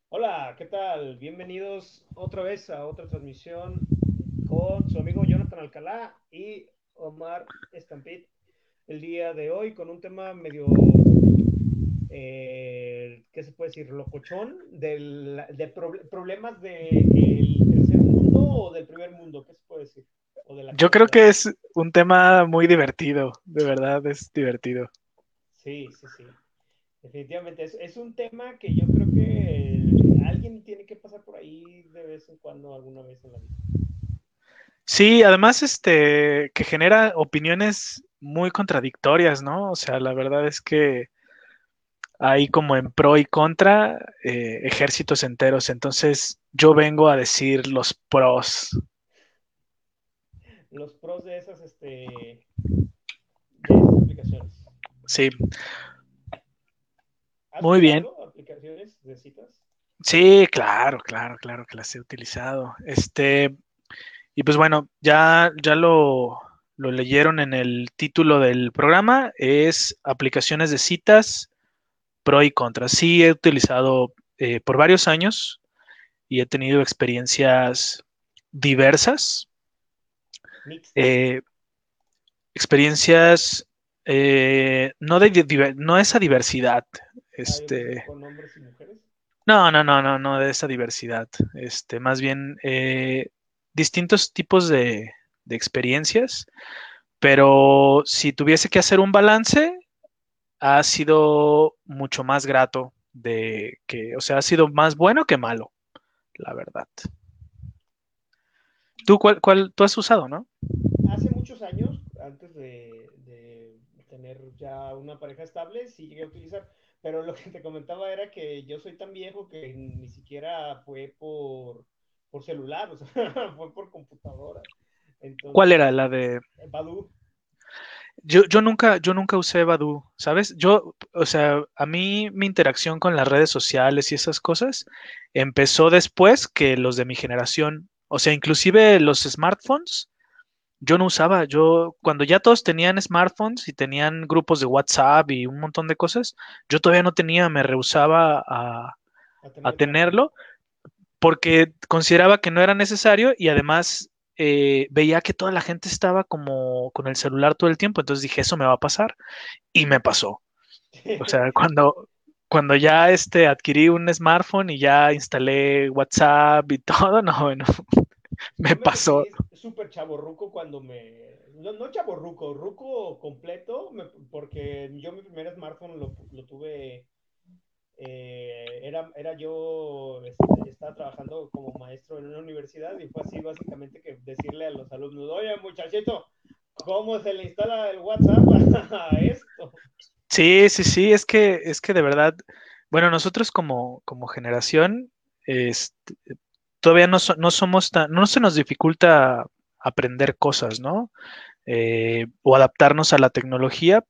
Hola, ¿qué tal? Bienvenidos otra vez a otra transmisión con su amigo Jonathan Alcalá y Omar Estampit. El día de hoy con un tema medio, ¿qué se puede decir? Locochón, problemas del tercer mundo o del primer mundo, ¿qué se puede decir? O de la Yo creo actualidad. que es un tema muy divertido, de verdad es divertido. Sí, sí, sí. Definitivamente, es un tema que yo creo que alguien tiene que pasar por ahí de vez en cuando, alguna vez en la vida. Sí, además, que genera opiniones muy contradictorias, ¿no? O sea, la verdad es que hay como en pro y contra ejércitos enteros. Entonces, yo vengo a decir los pros. Los pros de esas aplicaciones. Sí, ¿Has muy bien. usado aplicaciones de citas? Sí, claro, claro, claro que las he utilizado. Y pues bueno, ya lo leyeron en el título del programa, es aplicaciones de citas pro y contra. Sí, he utilizado por varios años y he tenido experiencias diversas, Mixtas. eh, experiencias no esa diversidad, Ah, yo pensé que este, con hombres y mujeres. no de esa diversidad, más bien distintos tipos de experiencias, pero si tuviese que hacer un balance, ha sido mucho más grato o sea, ha sido más bueno que malo, la verdad. ¿Tú has usado, no? Hace muchos años, antes de tener ya una pareja estable, sí llegué a utilizar, pero lo que te comentaba era que yo soy tan viejo que ni siquiera fue por celular, o sea, fue por computadora. ¿Cuál era Entonces, la de? Badoo. Yo nunca usé Badoo, ¿sabes? O sea, a mí mi interacción con las redes sociales y esas cosas empezó después que los de mi generación. O sea, inclusive los smartphones, yo no usaba. Cuando ya todos tenían smartphones y tenían grupos de WhatsApp y un montón de cosas, yo todavía no tenía, me rehusaba A a tener smartphone. tenerlo porque consideraba que no era necesario y además veía que toda la gente estaba como con el celular todo el tiempo, entonces dije, eso me va a pasar y me pasó. O sea, cuando ya adquirí un smartphone y ya instalé WhatsApp y todo, no, bueno, me Yo me pasó. sentí súper chaborruco cuando me... No, no chaborruco, ruco completo, porque yo mi primer smartphone lo tuve, era yo, estaba trabajando como maestro en una universidad y fue así básicamente que decirle a los alumnos, oye muchachito, ¿cómo se le instala el WhatsApp a esto? Sí, sí, sí, es que de verdad, bueno, nosotros como generación, este, todavía no somos no se nos dificulta aprender cosas, ¿no? O adaptarnos a la tecnología,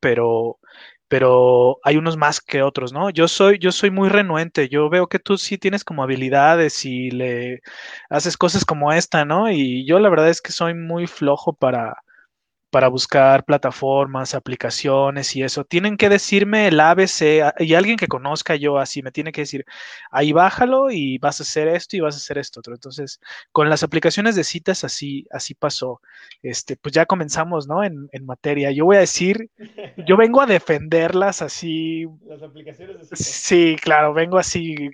pero hay unos más que otros, ¿no? Yo soy muy renuente, yo veo que tú sí tienes como habilidades y le haces cosas como esta, ¿no? Y yo la verdad es que soy muy flojo para buscar plataformas, aplicaciones y eso. Tienen que decirme el ABC y alguien que conozca yo así me tiene que decir, ahí bájalo y vas a hacer esto y vas a hacer esto otro. Entonces, con las aplicaciones de citas así pasó. Pues ya comenzamos, ¿no? En materia. Yo voy a decir, yo vengo a defenderlas así. Las aplicaciones de citas. Sí, claro, vengo así,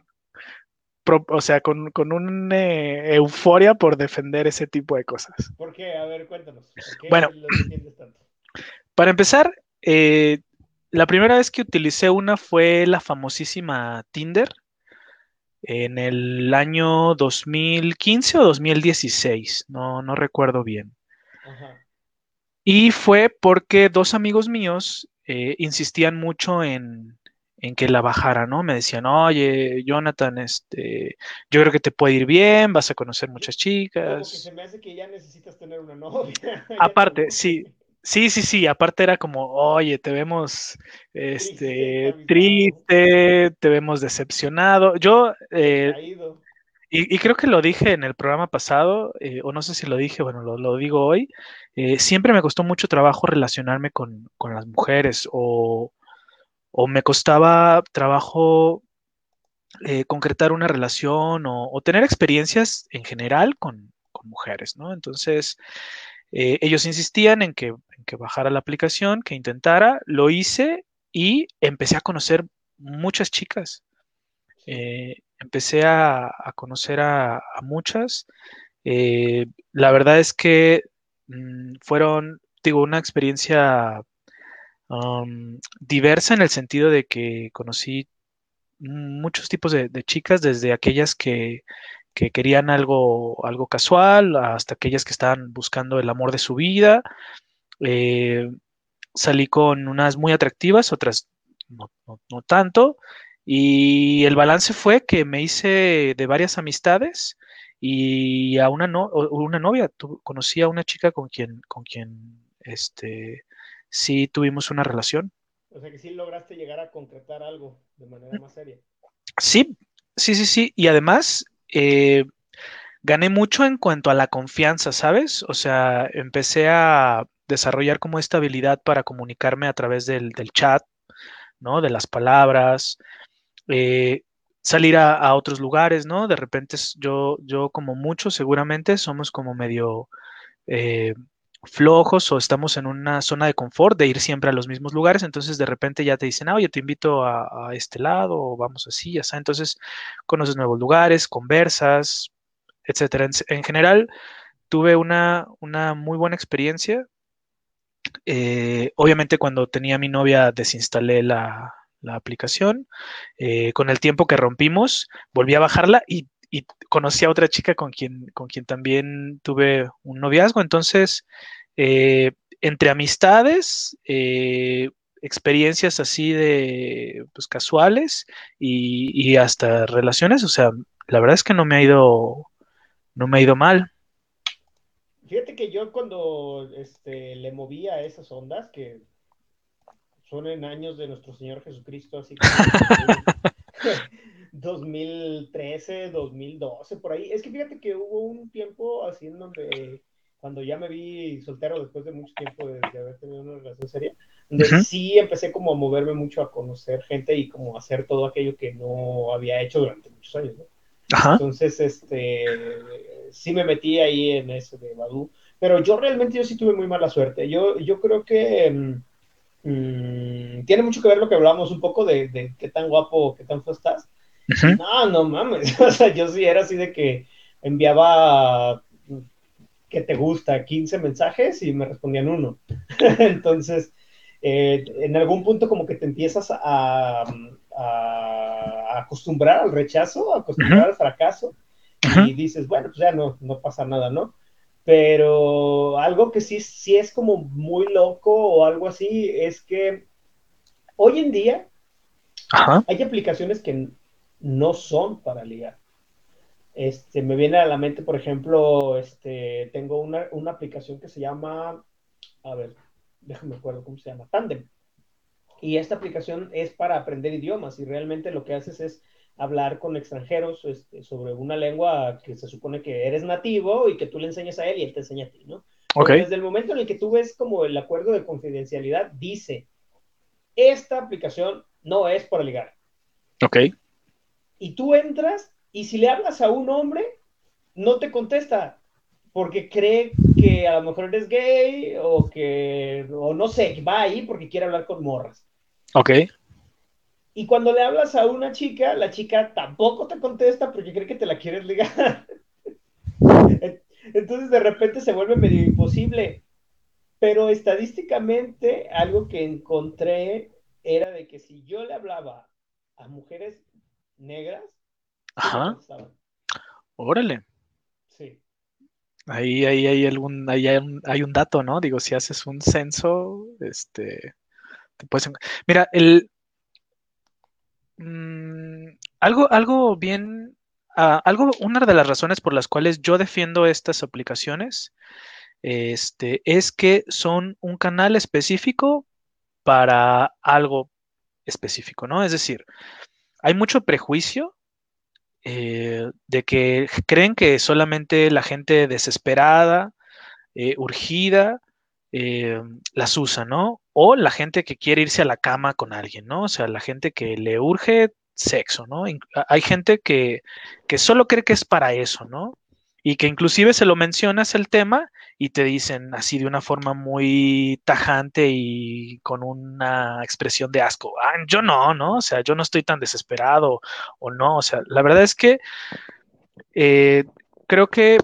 o sea, con una euforia por defender ese tipo de cosas. ¿Por qué? A ver, cuéntanos, ¿por qué Bueno, los defiendes tanto? para empezar, la primera vez que utilicé una fue la famosísima Tinder en el año 2015 o 2016, no recuerdo bien. Ajá. Y fue porque dos amigos míos insistían mucho en que la bajara, ¿no? Me decían, oye, Jonathan, yo creo que te puede ir bien, vas a conocer Yo, muchas como que se chicas. me hace que ya necesitas tener una novia, ya te Aparte, urge. sí, sí, sí, sí, aparte era como, oye, te vemos, Triste, cabizbajo, triste, te vemos decepcionado. decaído. Y creo que lo dije en el programa pasado, o no sé si lo dije, bueno, lo digo hoy, siempre me costó mucho trabajo relacionarme con las mujeres, o me costaba trabajo concretar una relación o tener experiencias en general con mujeres, ¿no? Entonces, ellos insistían en que bajara la aplicación, que intentara, lo hice y empecé a conocer muchas chicas. Sí, Empecé a conocer a muchas. La verdad es que fueron, digo, una experiencia diversa en el sentido de que conocí muchos tipos de chicas, desde aquellas que querían algo casual hasta aquellas que estaban buscando el amor de su vida. Eh, Salí con unas muy atractivas, otras no tanto, y el balance fue que me hice de varias amistades y a una, no, o una novia. Conocí a una chica con quien sí tuvimos una relación. o sea que sí lograste llegar a concretar algo de manera más seria. Sí, sí, sí, sí. Y además, gané mucho en cuanto a la confianza, ¿sabes? O sea, empecé a desarrollar como esta habilidad para comunicarme a través del chat, ¿no? De las palabras, eh, salir a otros lugares, ¿no? De repente yo como muchos seguramente somos como medio eh, flojos o estamos en una zona de confort de ir siempre a los mismos lugares, entonces de repente ya te dicen, ah, oye, te invito a este lado o vamos así, ya está. Entonces conoces nuevos lugares, conversas, etcétera. En general, tuve una muy buena experiencia. Obviamente cuando tenía a mi novia desinstalé la aplicación. Con el tiempo que rompimos, volví a bajarla y conocí a otra chica con quien también tuve un noviazgo. Entonces, eh, entre amistades, experiencias así de pues, casuales y hasta relaciones, o sea, la verdad es que no me ha ido mal. Fíjate que yo cuando le moví a esas ondas, que son en años de nuestro Señor Jesucristo, así como en el 2013, 2012, por ahí. Es que fíjate que hubo un tiempo así en donde, cuando ya me vi soltero después de mucho tiempo de haber tenido una relación seria, donde Ujú. sí empecé como a moverme mucho, a conocer gente y como a hacer todo aquello que no había hecho durante muchos años, ¿no? Ajá, Entonces, sí me metí ahí en eso de Badoo, pero yo realmente yo sí tuve muy mala suerte. Yo creo que tiene mucho que ver lo que hablamos un poco de qué tan guapo, qué tan feo estás. Y ujú. no, no mames, o sea, yo sí era así de que enviaba que te gusta 15 mensajes y me respondían uno. Entonces, en algún punto como que te empiezas a acostumbrar al rechazo, a Ujú, acostumbrar al fracaso ujú. y dices, bueno, pues ya no pasa nada, ¿no? Pero algo que sí es como muy loco o algo así es que hoy en día Ajá, hay aplicaciones que no son para ligar. Me viene a la mente, por ejemplo, tengo una aplicación que se llama, a ver, déjame acuerdo cómo se llama, Tandem. Y esta aplicación es para aprender idiomas y realmente lo que haces es hablar con extranjeros sobre una lengua que se supone que eres nativo y que tú le enseñas a él y él te enseña a ti, ¿no? ok, Pero desde el momento en el que tú ves como el acuerdo de confidencialidad, dice, esta aplicación no es para ligar. ok. Y tú entras y si le hablas a un hombre, no te contesta porque cree que a lo mejor eres gay o no sé, va ahí porque quiere hablar con morras. Ok. Y cuando le hablas a una chica, la chica tampoco te contesta porque cree que te la quieres ligar. Entonces de repente se vuelve medio imposible. Pero estadísticamente algo que encontré era de que si yo le hablaba a mujeres negras, sí me Ajá. contestaban. Órale. Sí. Ahí hay un dato, ¿no? Digo, si haces un censo, te puedes. Mira, algo bien, una de las razones por las cuales yo defiendo estas aplicaciones, es que son un canal específico para algo específico, ¿no? Es decir, hay mucho prejuicio de que creen que solamente la gente desesperada, urgida, eh, las usa, ¿no? O la gente que quiere irse a la cama con alguien, ¿no? O sea, la gente que le urge sexo, ¿no? Hay gente que solo cree que es para eso, ¿no? Y que inclusive se lo mencionas el tema y te dicen así de una forma muy tajante y con una expresión de asco. Ah, yo no, ¿no? O sea, yo no estoy tan desesperado o no. O sea, la verdad es que eh, creo que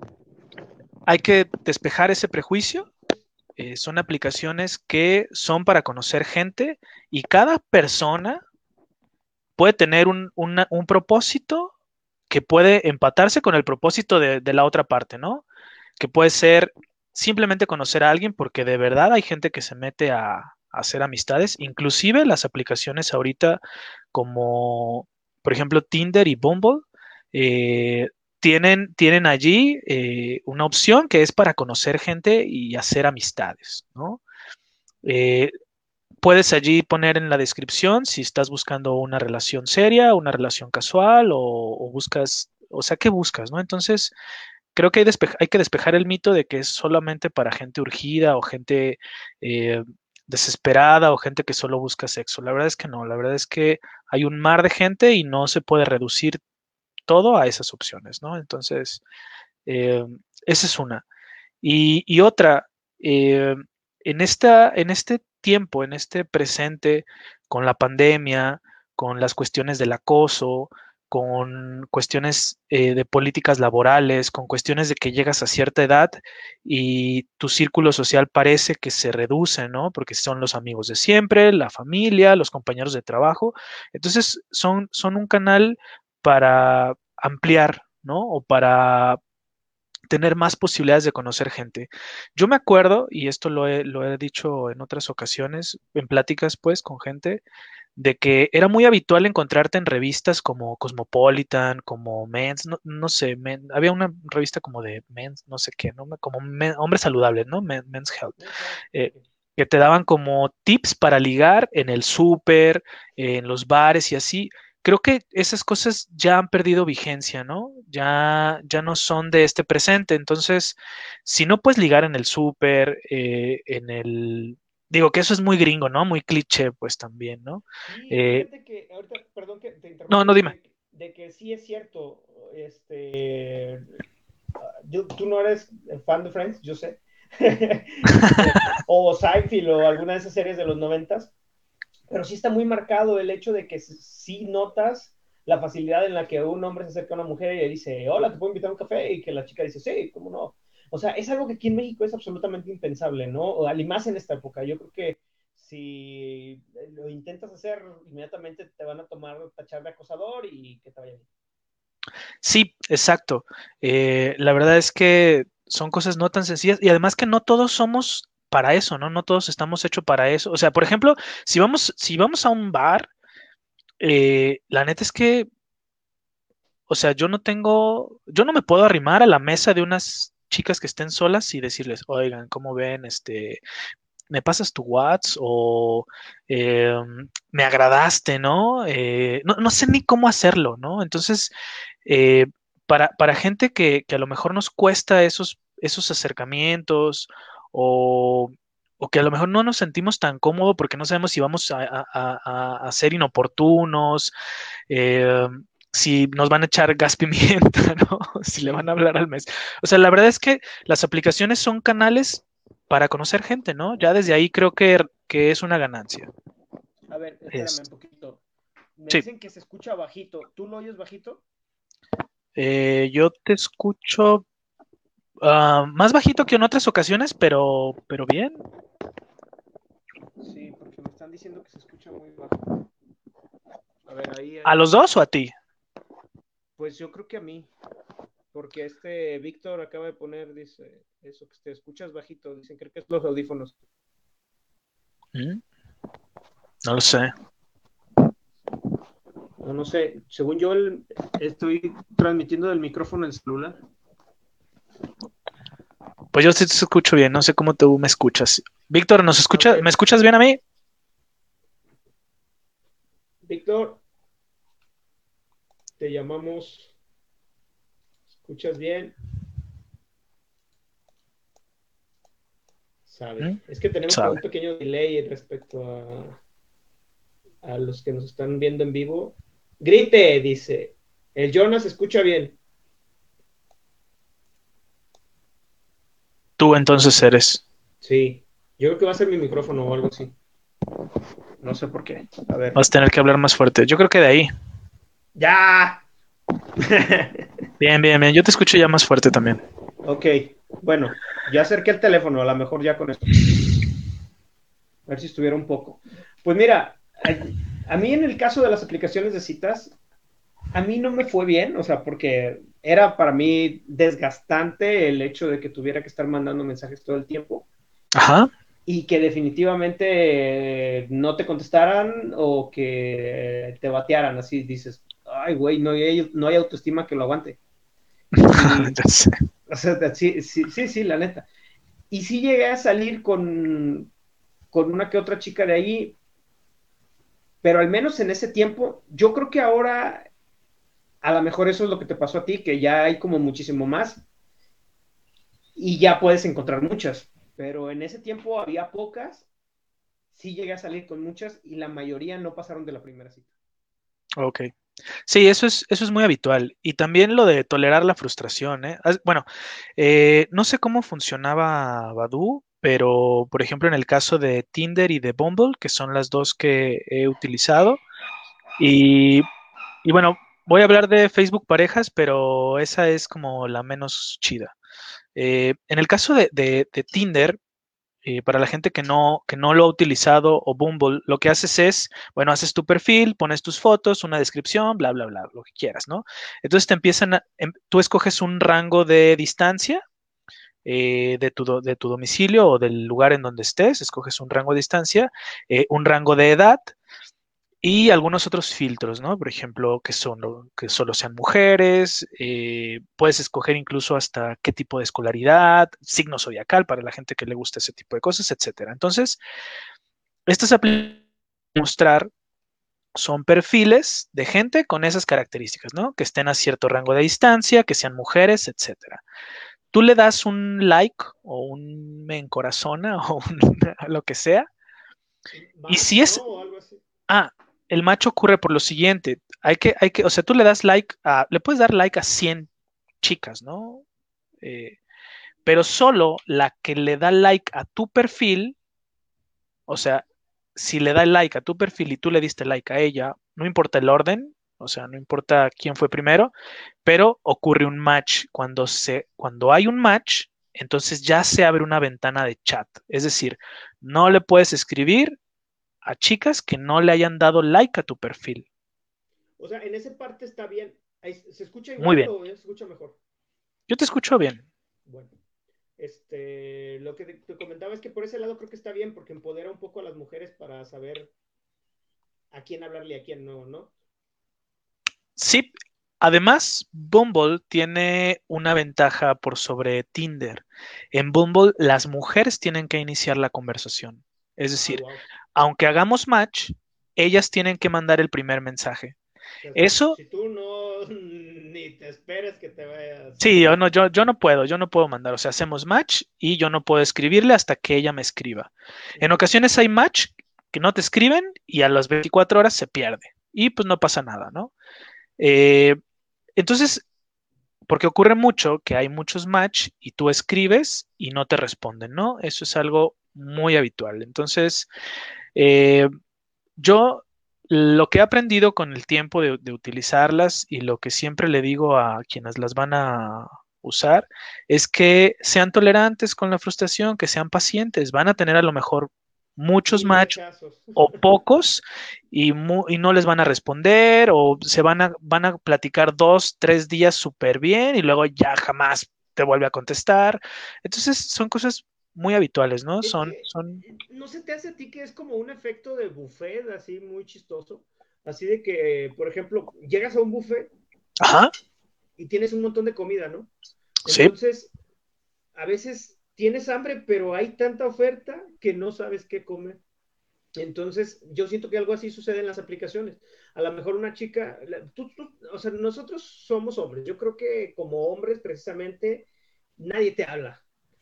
hay que despejar ese prejuicio. Son aplicaciones que son para conocer gente y cada persona puede tener un propósito que puede empatarse con el propósito de la otra parte, ¿no? Que puede ser simplemente conocer a alguien porque de verdad hay gente que se mete a hacer amistades, inclusive las aplicaciones ahorita como, por ejemplo, Tinder y Bumble, eh, tienen allí una opción que es para conocer gente y hacer amistades, ¿no? Eh, Puedes allí poner en la descripción si estás buscando una relación seria, una relación casual o buscas, o sea, ¿qué buscas, no? Entonces, creo que hay que despejar el mito de que es solamente para gente urgida o gente eh, desesperada o gente que solo busca sexo. La verdad es que no, la verdad es que hay un mar de gente y no se puede reducir todo a esas opciones, ¿no? Entonces, eh, esa es una. Y otra, eh, en este tiempo, en este presente, con la pandemia, con las cuestiones del acoso, con cuestiones de políticas laborales, con cuestiones de que llegas a cierta edad y tu círculo social parece que se reduce, ¿no? Porque son los amigos de siempre, la familia, los compañeros de trabajo. Entonces, son un canal para ampliar, ¿no? O para tener más posibilidades de conocer gente. Yo me acuerdo, y esto lo he dicho en otras ocasiones, en pláticas pues con gente, de que era muy habitual encontrarte en revistas como Cosmopolitan, como Men's, no, no sé, había una revista como de Men's, no sé qué, ¿no? Como Hombres Saludables, ¿no? Men's Health, Men's Health, eh, ok. que te daban como tips para ligar en el súper, en los bares y así. Creo que esas cosas ya han perdido vigencia, ¿no? Ya no son de este presente. Entonces, si no puedes ligar en el súper, en el... Digo que eso es muy gringo, ¿no? Muy cliché, pues también, ¿no? Sí, Eh, fíjate que ahorita, perdón que te no, interrumpa, no, dime. de que sí es cierto, tú no eres fan de Friends, yo sé, o Seinfeld o alguna de esas series de los noventas, pero sí está muy marcado el hecho de que sí notas la facilidad en la que un hombre se acerca a una mujer y le dice, hola, ¿te puedo invitar a un café? Y que la chica dice, sí, ¿cómo no? O sea, es algo que aquí en México es absolutamente impensable, ¿no? Y más en esta época. Yo creo que si lo intentas hacer, inmediatamente te van a tachar de acosador y que te vaya bien. Sí, exacto. La verdad es que son cosas no tan sencillas y además que no todos somos para eso, ¿no? No todos estamos hechos para eso. O sea, por ejemplo, si vamos a un bar, la neta es que, o sea, yo no me puedo arrimar a la mesa de unas chicas que estén solas y decirles, oigan, ¿cómo ven? ¿Me pasas tu WhatsApp? O eh, me agradaste, ¿no? No sé ni cómo hacerlo, ¿no? Entonces, eh, para gente que a lo mejor nos cuesta esos acercamientos o, o que a lo mejor no nos sentimos tan cómodos porque no sabemos si vamos a ser inoportunos, eh, si nos van a echar gas pimienta, ¿no? Si le van a Sí. hablar al mes. O sea, la verdad es que las aplicaciones son canales para conocer gente, ¿no? Ya desde ahí creo que es una ganancia. A ver, espérame un Este, poquito. Me sí, dicen que se escucha bajito. ¿Tú lo oyes bajito? yo te escucho más bajito que en otras ocasiones, pero bien. Sí, porque me están diciendo que se escucha muy bajo. A ver, ¿A los dos o a ti? pues yo creo que a mí, porque Víctor acaba de poner, dice, eso que te escuchas bajito, dicen, creo que es los audífonos. Mm, no lo sé. No, no sé, según yo estoy transmitiendo del micrófono el celular. Pues yo sí te escucho bien, no sé cómo tú me escuchas. Víctor, Ok, ¿me escuchas bien a mí? Víctor, te llamamos, ¿escuchas bien? Sabe, Mm, es que tenemos como sabe. un pequeño delay respecto a los que nos están viendo en vivo. Grite, dice. El Jonas escucha bien. Tú entonces eres. Sí. Yo creo que va a ser mi micrófono o algo así. No sé por qué. A ver. Vas a tener que hablar más fuerte. Yo creo que de ahí. ¡Ya! Bien, bien, bien. Yo te escucho ya más fuerte también. Ok. Bueno, ya acerqué el teléfono, a lo mejor ya con esto. A ver si estuviera un poco. Pues mira, a mí en el caso de las aplicaciones de citas, a mí no me fue bien, o sea, porque era para mí desgastante el hecho de que tuviera que estar mandando mensajes todo el tiempo Ajá. y que definitivamente no te contestaran o que te batearan, así dices, ay, güey, no hay autoestima que lo aguante. Y, Ya sé. o sea, sí, sí, sí, sí, la neta. Y sí llegué a salir con una que otra chica de ahí, pero al menos en ese tiempo, yo creo que ahora a lo mejor eso es lo que te pasó a ti, que ya hay como muchísimo más y ya puedes encontrar muchas, pero en ese tiempo había pocas, sí llegué a salir con muchas y la mayoría no pasaron de la primera cita. Ok. Sí, eso es muy habitual. Y también lo de tolerar la frustración, ¿eh? Bueno, no sé cómo funcionaba Badoo, pero por ejemplo en el caso de Tinder y de Bumble, que son las dos que he utilizado, y, y bueno, voy a hablar de Facebook Parejas, pero esa es como la menos chida. En el caso de Tinder, para la gente que no lo ha utilizado o Bumble, lo que haces es, bueno, haces tu perfil, pones tus fotos, una descripción, bla, bla, bla, lo que quieras, ¿no? Entonces tú escoges un rango de distancia de tu domicilio o del lugar en donde estés, escoges un rango de distancia, un rango de edad y algunos otros filtros, ¿no? Por ejemplo, que solo sean mujeres, puedes escoger incluso hasta qué tipo de escolaridad, signo zodiacal para la gente que le gusta ese tipo de cosas, etcétera. Entonces, estas aplicaciones mostrar son perfiles de gente con esas características, ¿no? Que estén a cierto rango de distancia, que sean mujeres, etcétera. Tú le das un like o un me encorazona o lo que sea, y Match, si ¿no? es, O algo así. ah, el match ocurre por lo siguiente, o sea, tú le puedes dar like a 100 chicas, ¿no? Eh, pero solo la que le da like a tu perfil, o sea, si le da like a tu perfil y tú le diste like a ella, no importa el orden, o sea, no importa quién fue primero, pero ocurre un match. Cuando hay un match, entonces ya se abre una ventana de chat. Es decir, no le puedes escribir a chicas que no le hayan dado like a tu perfil. O sea, en esa parte está bien. Ahí, ¿se escucha Muy igual bien. o ya se escucha mejor? Yo te escucho bien. Bueno, lo que te comentaba es que por ese lado creo que está bien porque empodera un poco a las mujeres para saber a quién hablarle y a quién no, ¿no? Sí, además, Bumble tiene una ventaja por sobre Tinder. En Bumble, las mujeres tienen que iniciar la conversación. Es Ah, decir, wow. aunque hagamos match, ellas tienen que mandar el primer mensaje. O sea, Eso, si tú no, ni te esperes que te vayas. sí, yo no puedo mandar. O sea, hacemos match y yo no puedo escribirle hasta que ella me escriba. En Ujú. ocasiones hay match que no te escriben y a las 24 horas se pierde. Y pues no pasa nada, ¿no? Eh, entonces, porque ocurre mucho que hay muchos match y tú escribes y no te responden, ¿no? Eso es algo muy habitual. Entonces, eh, yo lo que he aprendido con el tiempo de utilizarlas y lo que siempre le digo a quienes las van a usar es que sean tolerantes con la frustración, que sean pacientes. Van a tener a lo mejor muchos Mil match rechazos. o pocos y no les van a responder o van a platicar 2, 3 días súper bien y luego ya jamás te vuelve a contestar. Entonces son cosas muy habituales, ¿no? Es Son, que, son, ¿no se te hace a ti que es como un efecto de buffet así muy chistoso? Así de que, por ejemplo, llegas a un buffet ajá, y tienes un montón de comida, ¿no? sí, Entonces, a veces tienes hambre, pero hay tanta oferta que no sabes qué comer. Entonces, yo siento que algo así sucede en las aplicaciones. A lo mejor una chica, o sea, nosotros somos hombres. Yo creo que como hombres, precisamente, nadie te habla.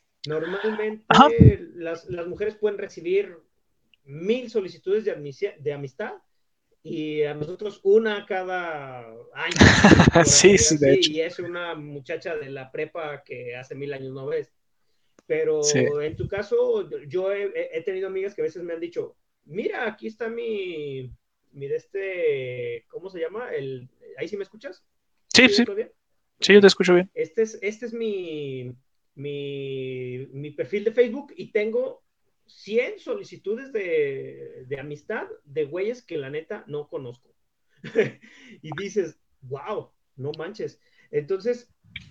ajá, Normalmente las mujeres pueden recibir 1000 solicitudes de amistad y a nosotros una cada año, por Sí, decir sí, de así, hecho. y es una muchacha de la prepa que hace 1000 años no ves. Sí, Pero en tu caso, yo he tenido amigas que a veces me han dicho, mira, aquí está mi de este, ¿cómo se llama? ¿Ahí sí me escuchas? sí, ¿Sí, sí, Claudia? sí, Ok. yo te escucho bien. Este es mi perfil de Facebook y tengo 100 solicitudes de amistad de güeyes que la neta no conozco. Y dices, wow, no manches. Entonces,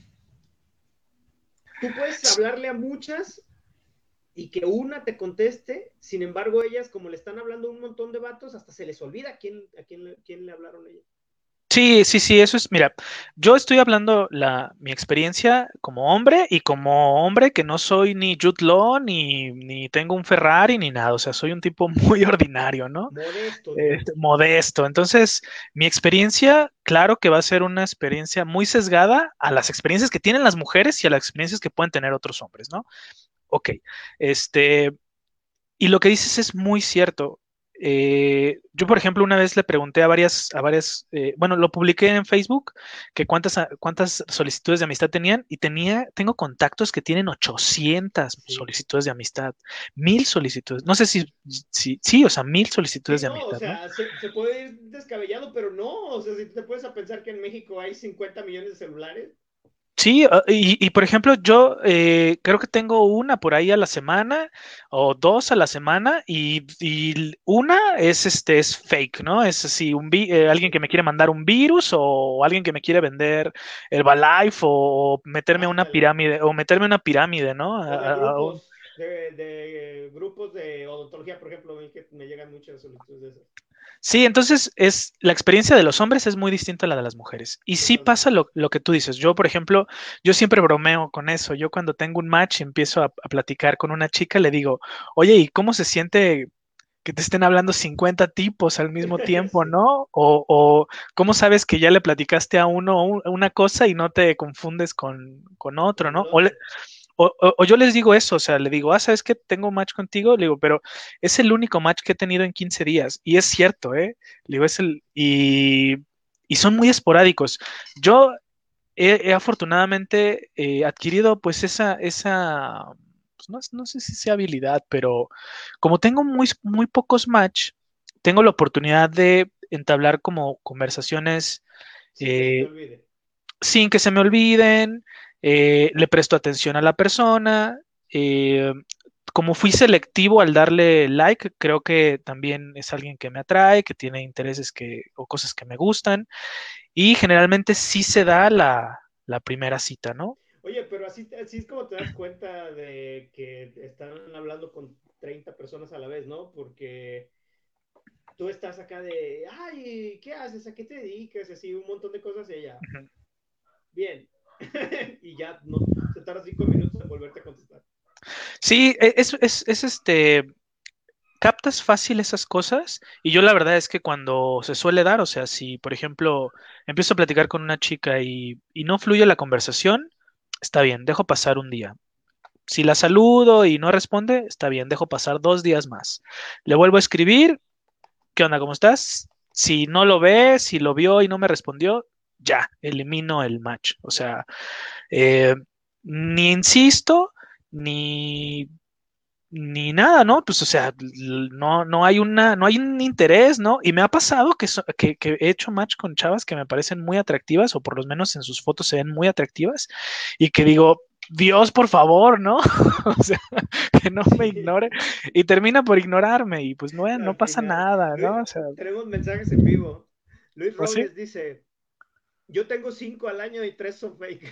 tú puedes hablarle a muchas y que una te conteste, sin embargo, ellas, como le están hablando a un montón de vatos, hasta se les olvida quién le hablaron a ellas. Sí, sí, sí, eso es, mira, yo estoy hablando mi experiencia como hombre y como hombre que no soy ni Jude Law, ni tengo un Ferrari, ni nada, o sea, soy un tipo muy ordinario, ¿no? Modesto, digamos. Modesto. Entonces, mi experiencia, claro que va a ser una experiencia muy sesgada a las experiencias que tienen las mujeres y a las experiencias que pueden tener otros hombres, ¿no? Ok, este, y lo que dices es muy cierto. Yo, por ejemplo, una vez le pregunté bueno, lo publiqué en Facebook, que cuántas solicitudes de amistad tenían y tengo contactos que tienen 800 Sí. solicitudes de amistad, 1000 solicitudes, no sé sí, o sea, 1000 solicitudes Sí, de no, o amistad, ¿no? sea, se puede ir descabellado, pero no, o sea, si te puedes a pensar que en México hay 50 millones de celulares. Sí, por ejemplo, yo creo que tengo una por ahí a la semana o dos a la semana y una es fake, ¿no? Es así, alguien que Sí, me quiere mandar un virus o alguien que me quiere vender Herbalife o meterme a una ándale. pirámide, ¿no? O de grupos de odontología, por ejemplo, que me llegan muchas solicitudes de esas. Sí, entonces la experiencia de los hombres es muy distinta a la de las mujeres. Y sí pasa Totalmente. lo que tú dices. Yo, por ejemplo, yo siempre bromeo con eso. Yo cuando tengo un match y empiezo a platicar con una chica, le digo, oye, ¿y cómo se siente que te estén hablando 50 tipos al mismo tiempo, Sí, ¿no? O cómo sabes que ya le platicaste a uno una cosa y no te confundes con otro, con el ¿no? otro. O yo les digo eso, o sea, le digo, ¿sabes qué? Tengo un match contigo, le digo, pero es el único match que he tenido en 15 días. Y es cierto, ¿eh? Le digo, y son muy esporádicos. Yo he afortunadamente adquirido pues pues, no sé si sea habilidad, pero como tengo muy pocos match, tengo la oportunidad de entablar como conversaciones Sin que se te eh, olvide. sin que se me olviden, le presto atención a la persona. eh, Como fui selectivo al darle like, creo que también es alguien que me atrae, que tiene intereses o cosas que me gustan, y generalmente sí se da la primera cita, ¿no? Oye, pero así es como te das cuenta de que están hablando con 30 personas a la vez, ¿no? Porque tú estás acá de, ay, ¿qué haces? ¿A qué te dedicas? Así un montón de cosas y ella, Ujú. bien. Y ya no, se tarda 5 minutos en volverte a contestar. Sí, captas fácil esas cosas y yo la verdad es que cuando se suele dar, o sea, si por ejemplo empiezo a platicar con una chica y no fluye la conversación, está bien, dejo pasar un día. Si la saludo y no responde, está bien, dejo pasar 2 días más. Le vuelvo a escribir, ¿qué onda? ¿Cómo estás? Si no lo ve, si lo vio y no me respondió, ya, elimino el match. O sea, eh, ni insisto, ni ni nada, ¿no? Pues, o sea, no hay un interés, ¿no? Y me ha pasado que he hecho match con chavas que me parecen muy atractivas, o por lo menos en sus fotos se ven muy atractivas, y que digo, Dios, por favor, ¿no? O sea, que no me Sí, ignore, y termina por ignorarme, y pues no al pasa final. nada, Luis, ¿no? O sea, tenemos mensajes en vivo. Luis pues sí. Robles dice, yo tengo 5 al año y 3 son fake.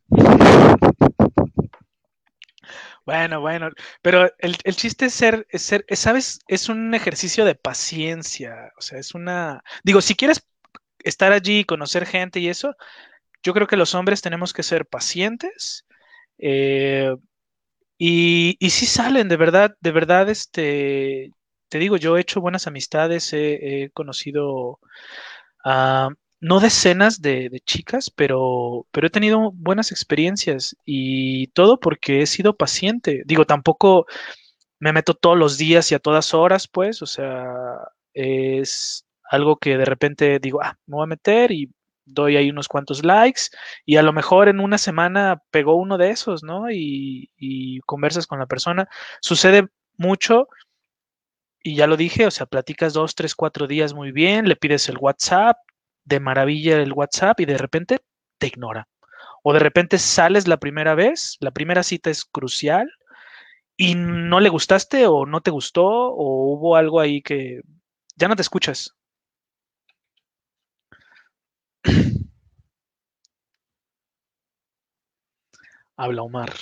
Bueno, pero el chiste ¿sabes? Es un ejercicio de paciencia, o sea, digo, si quieres estar allí y conocer gente y eso, yo creo que los hombres tenemos que ser pacientes eh, y sí salen, de verdad, te digo, yo he hecho buenas amistades, he conocido a no decenas de chicas, pero he tenido buenas experiencias y todo porque he sido paciente. Digo, tampoco me meto todos los días y a todas horas, pues, o sea, es algo que de repente digo, me voy a meter y doy ahí unos cuantos likes y a lo mejor en una semana pegó uno de esos, ¿no? Y conversas con la persona. Sucede mucho y ya lo dije, o sea, platicas 2, 3, 4 días muy bien, le pides el WhatsApp, de maravilla el WhatsApp y de repente te ignora. O de repente sales la primera vez, la primera cita es crucial y no le gustaste o no te gustó o hubo algo ahí que ya no te escuchas. Habla Omar.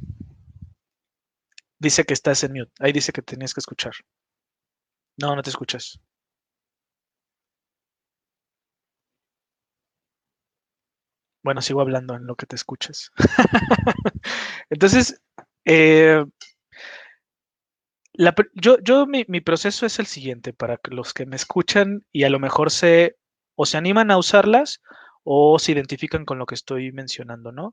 Dice que estás en mute. Ahí dice que tenías que escuchar. No, no te escuchas. Bueno, sigo hablando en lo que te escuchas. Entonces, eh, mi proceso es el siguiente para los que me escuchan y a lo mejor o se animan a usarlas o se identifican con lo que estoy mencionando, ¿no?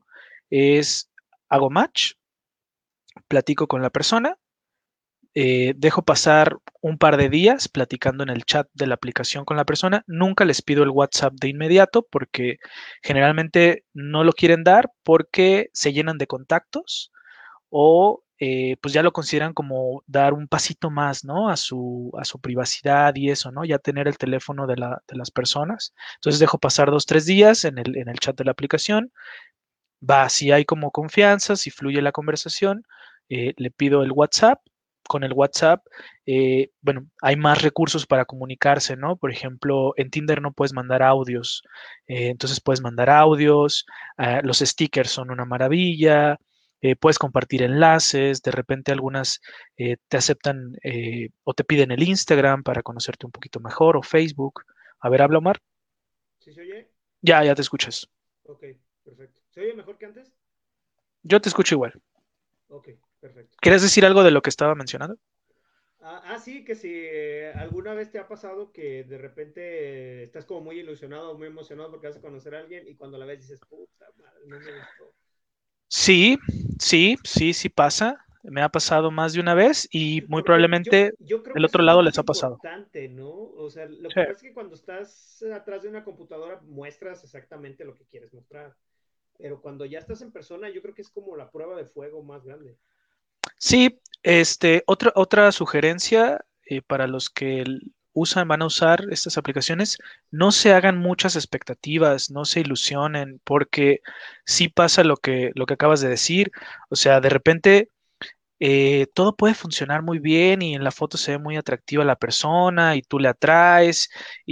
Hago match, platico con la persona, dejo pasar un par de días platicando en el chat de la aplicación con la persona. Nunca les pido el WhatsApp de inmediato porque generalmente no lo quieren dar porque se llenan de contactos o pues ya lo consideran como dar un pasito más, ¿no? A su privacidad y eso, ¿no? Ya tener el teléfono de las personas. Entonces dejo pasar 2, 3 días en el chat de la aplicación. Va, si hay como confianza, si fluye la conversación, le pido el WhatsApp. Con el WhatsApp, bueno, hay más recursos para comunicarse, ¿no? Por ejemplo, en Tinder no puedes mandar audios, entonces puedes mandar audios, los stickers son una maravilla, puedes compartir enlaces, de repente algunas te aceptan o te piden el Instagram para conocerte un poquito mejor o Facebook. A ver, habla Omar. ¿Sí se oye? Ya te escuchas. Ok, perfecto. ¿Se oye mejor que antes? Yo te escucho igual. Ok, perfecto. ¿Quieres decir algo de lo que estaba mencionando? Sí, que si alguna vez te ha pasado que de repente estás como muy ilusionado, muy emocionado porque vas a conocer a alguien y cuando la ves dices, puta madre, no me gustó. Sí, sí pasa. Me ha pasado más de una vez y muy Porque probablemente yo creo del que eso otro es lo lado más les ha pasado. importante, ¿no? O sea, lo Sí. que pasa es que cuando estás atrás de una computadora muestras exactamente lo que quieres mostrar, pero cuando ya estás en persona, yo creo que es como la prueba de fuego más grande. Sí, otra sugerencia para los que van a usar estas aplicaciones, no se hagan muchas expectativas, no se ilusionen, porque sí pasa lo que acabas de decir. O sea, de repente todo puede funcionar muy bien y en la foto se ve muy atractiva la persona y tú le atraes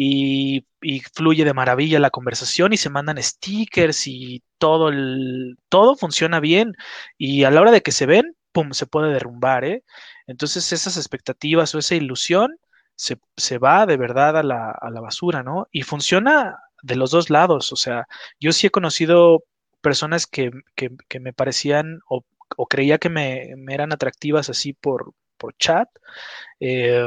y fluye de maravilla la conversación y se mandan stickers y todo funciona bien y a la hora de que se ven, pum, se puede derrumbar, ¿eh? Entonces esas expectativas o esa ilusión se va de verdad a la basura, ¿no? Y funciona de los dos lados, o sea, yo sí he conocido personas que me parecían o creía que me eran atractivas así por chat eh,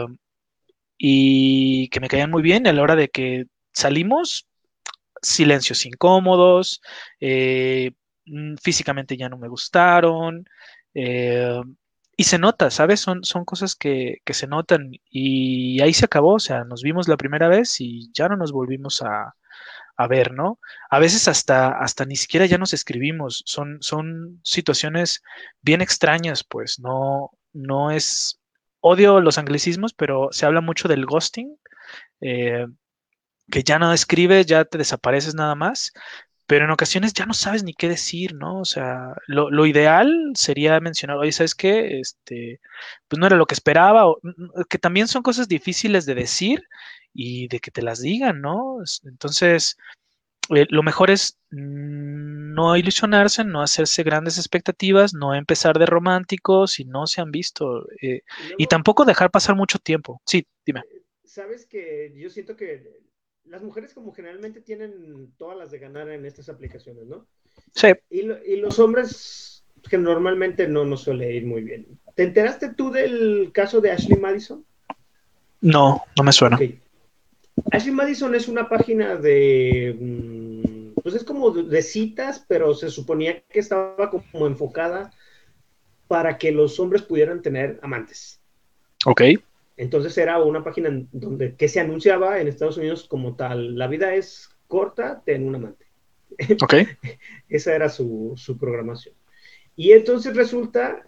y que me caían muy bien y a la hora de que salimos, silencios incómodos, físicamente ya no me gustaron eh, y se nota, ¿sabes? Son cosas que se notan y ahí se acabó, o sea, nos vimos la primera vez y ya no nos volvimos a ver, ¿no? A veces hasta ni siquiera ya nos escribimos, son situaciones bien extrañas, pues, no es, odio los anglicismos, pero se habla mucho del ghosting, eh, que ya no escribes, ya te desapareces nada más, pero en ocasiones ya no sabes ni qué decir, ¿no? O sea, lo ideal sería mencionar, oye, ¿sabes qué? Pues no era lo que esperaba, que también son cosas difíciles de decir y de que te las digan, ¿no? Entonces, lo mejor es no ilusionarse, no hacerse grandes expectativas, no empezar de romántico si no se han visto Y y luego, tampoco dejar pasar mucho tiempo. Sí, dime. sabes que yo siento que las mujeres como generalmente tienen todas las de ganar en estas aplicaciones, ¿no? Sí, Y los hombres que normalmente no nos suele ir muy bien. ¿Te enteraste tú del caso de Ashley Madison? no me Ok. suena. Ashley Madison es una página pues es como de citas, pero se suponía que estaba como enfocada para que los hombres pudieran tener amantes. Ok, Entonces era una página donde que se anunciaba en Estados Unidos como tal, la vida es corta, ten un amante. Ok, Esa era su programación. Y entonces resulta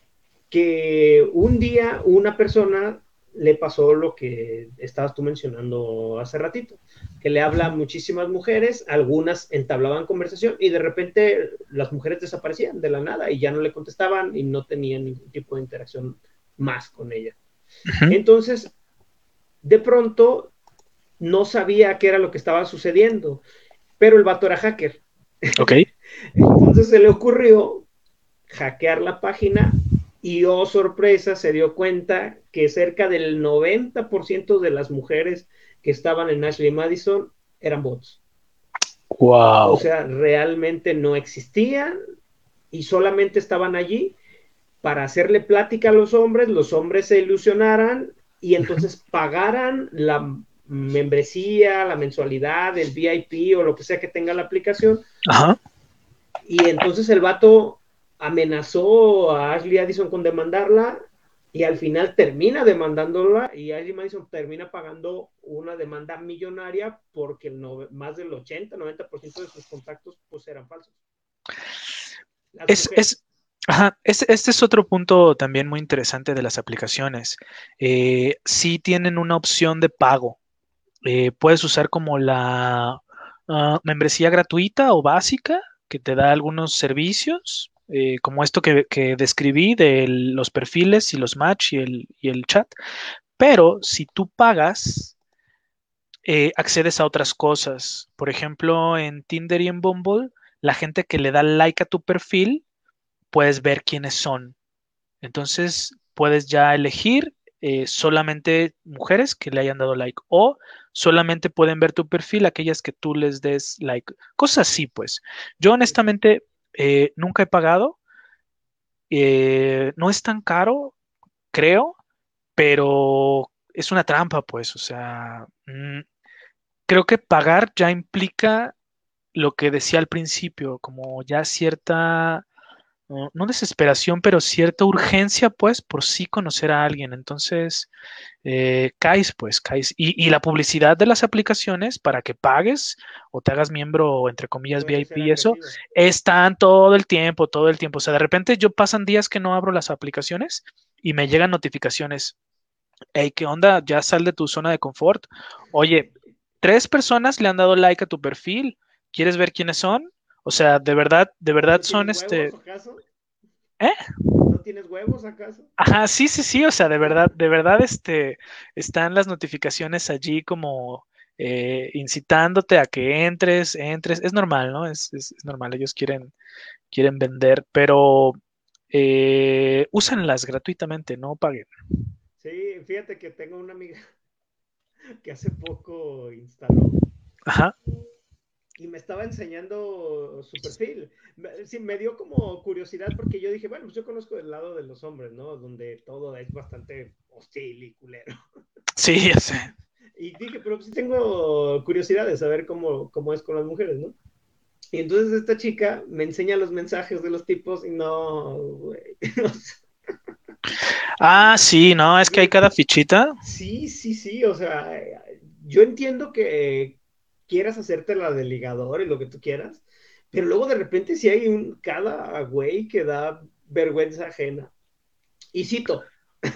que un día una persona le pasó lo que estabas tú mencionando hace ratito, que le habla a muchísimas mujeres, algunas entablaban conversación y de repente las mujeres desaparecían de la nada y ya no le contestaban y no tenían ningún tipo de interacción más con ella. ujú, Entonces, de pronto, no sabía qué era lo que estaba sucediendo, pero el vato era hacker. ok. Entonces se le ocurrió hackear la página y, oh sorpresa, se dio cuenta que cerca del 90% de las mujeres que estaban en Ashley Madison eran bots. O Wow. sea, realmente no existían y solamente estaban allí para hacerle plática a los hombres se ilusionaran y entonces pagaran la membresía, la mensualidad, el VIP o lo que sea que tenga la aplicación. Ajá. Y entonces el vato amenazó a Ashley Addison con demandarla y al final termina demandándola y Ashley Madison termina pagando una demanda millonaria porque más del 80-90% de sus contactos pues eran falsos. Las Es, mujeres. es, ajá, este es otro punto también muy interesante de las aplicaciones. Sí tienen una opción de pago. Puedes usar como la membresía gratuita o básica que te da algunos servicios, como esto que describí de los perfiles y los match y el chat. Pero si tú pagas, accedes a otras cosas. Por ejemplo, en Tinder y en Bumble, la gente que le da like a tu perfil, puedes ver quiénes son. Entonces, puedes ya elegir solamente mujeres que le hayan dado like o solamente pueden ver tu perfil aquellas que tú les des like. Cosas así, pues. Yo honestamente nunca he pagado. No es tan caro, creo, pero es una trampa, pues. O sea, creo que pagar ya implica lo que decía al principio, como ya cierta no desesperación, pero cierta urgencia, pues, por sí conocer a alguien. Entonces, caes, pues, caes. Y la publicidad de las aplicaciones para que pagues o te hagas miembro, entre comillas, Suele VIP ser y eso, agresiva. están todo el tiempo, todo el tiempo. O sea, de repente yo pasan días que no abro las aplicaciones y me llegan notificaciones. Hey, ¿qué onda? Ya sal de tu zona de confort. Oye, 3 personas le han dado like a tu perfil. ¿Quieres ver quiénes son? O sea, de verdad ¿No son tienes huevos acaso? ¿eh? ¿No tienes huevos acaso? Ajá, sí, sí, sí, o sea, de verdad, están las notificaciones allí como incitándote a que entres, es normal, ¿no? Es normal, ellos quieren vender, pero úsenlas gratuitamente, no paguen. Sí, fíjate que tengo una amiga que hace poco instaló Ajá, y me estaba enseñando su perfil. Sí, me dio como curiosidad porque yo dije, bueno, pues yo conozco el lado de los hombres, ¿no? Donde todo es bastante hostil y culero. sí, ya sé. Y dije, pero sí tengo curiosidad de saber cómo es con las mujeres, ¿no? Y entonces esta chica me enseña los mensajes de los tipos y no, güey. O sea, Ah, sí, no, es que hay dices, cada fichita. sí, sí, sí, o sea, yo entiendo que quieras hacerte la de ligador y lo que tú quieras, pero luego de repente sí hay cada güey que da vergüenza ajena. Y cito,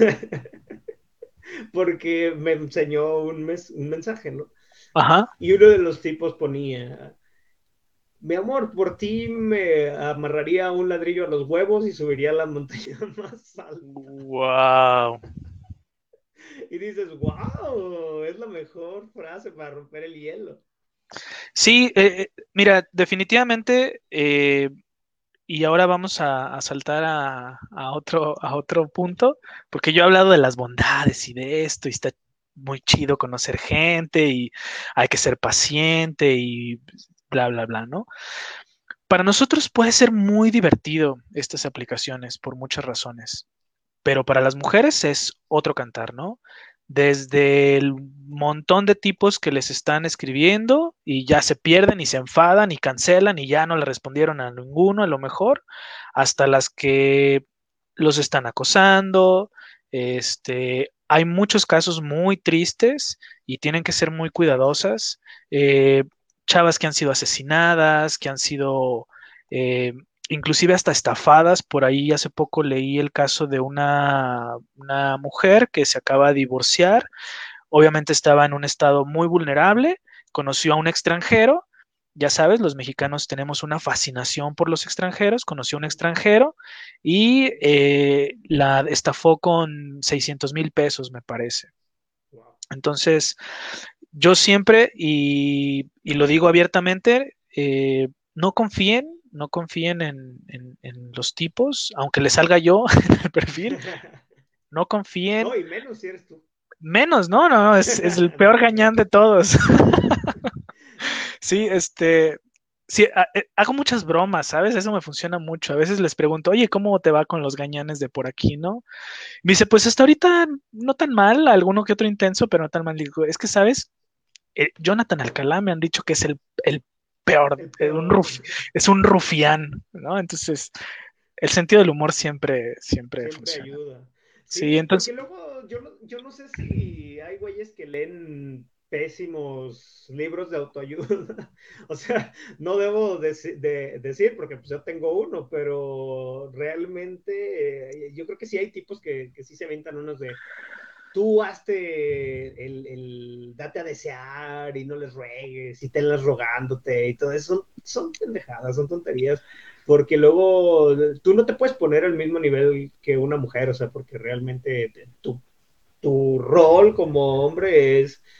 porque me enseñó un mensaje, ¿no? Ajá. Y uno de los tipos ponía, mi amor, por ti me amarraría un ladrillo a los huevos y subiría a la montaña más alta. Wow. Y dices, wow, es la mejor frase para romper el hielo. Sí, mira, definitivamente. Y ahora vamos a saltar a otro punto, porque yo he hablado de las bondades y de esto, y está muy chido conocer gente, y hay que ser paciente, y bla, bla, bla, ¿no? Para nosotros puede ser muy divertido estas aplicaciones por muchas razones, pero para las mujeres es otro cantar, ¿no? Desde el montón de tipos que les están escribiendo y ya se pierden y se enfadan y cancelan y ya no le respondieron a ninguno a lo mejor, hasta las que los están acosando, hay muchos casos muy tristes y tienen que ser muy cuidadosas. Eh, Chavas que han sido asesinadas, que han sido eh, inclusive hasta estafadas. Por ahí hace poco leí el caso de una mujer que se acaba de divorciar. Obviamente estaba en un estado muy vulnerable, conoció a un extranjero. Ya sabes, los mexicanos tenemos una fascinación por los extranjeros. Conoció a un extranjero y la estafó con 600,000 pesos, me parece. Wow. Entonces, yo siempre, y lo digo abiertamente, no confíen en los tipos, aunque les salga yo en el perfil, no confíen, No, y menos si eres tú. menos, no, no, no, es el No peor te creas. gañán de todos. Sí, sí, hago muchas bromas, ¿sabes? Eso me funciona mucho. A veces les pregunto, oye, ¿cómo te va con los gañanes de por aquí, no? Me dice, pues hasta ahorita no tan mal, alguno que otro intenso, pero no tan mal. Digo, es que, ¿sabes? Jonathan Alcalá me han dicho que es el peor, El peor. es un rufián, ¿no? Entonces, el sentido del humor siempre Siempre funciona. ayuda. Sí, Sí, porque entonces, luego yo no sé si hay güeyes que leen pésimos libros de autoayuda. O sea, no debo decir, porque pues yo tengo uno, pero realmente yo creo que sí hay tipos que sí se aventan unos de tú hazte date a desear y no les ruegues y tenlas rogándote y todo eso son pendejadas, son tonterías, porque luego tú no te puedes poner al mismo nivel que una mujer, o sea, porque realmente tu rol como hombre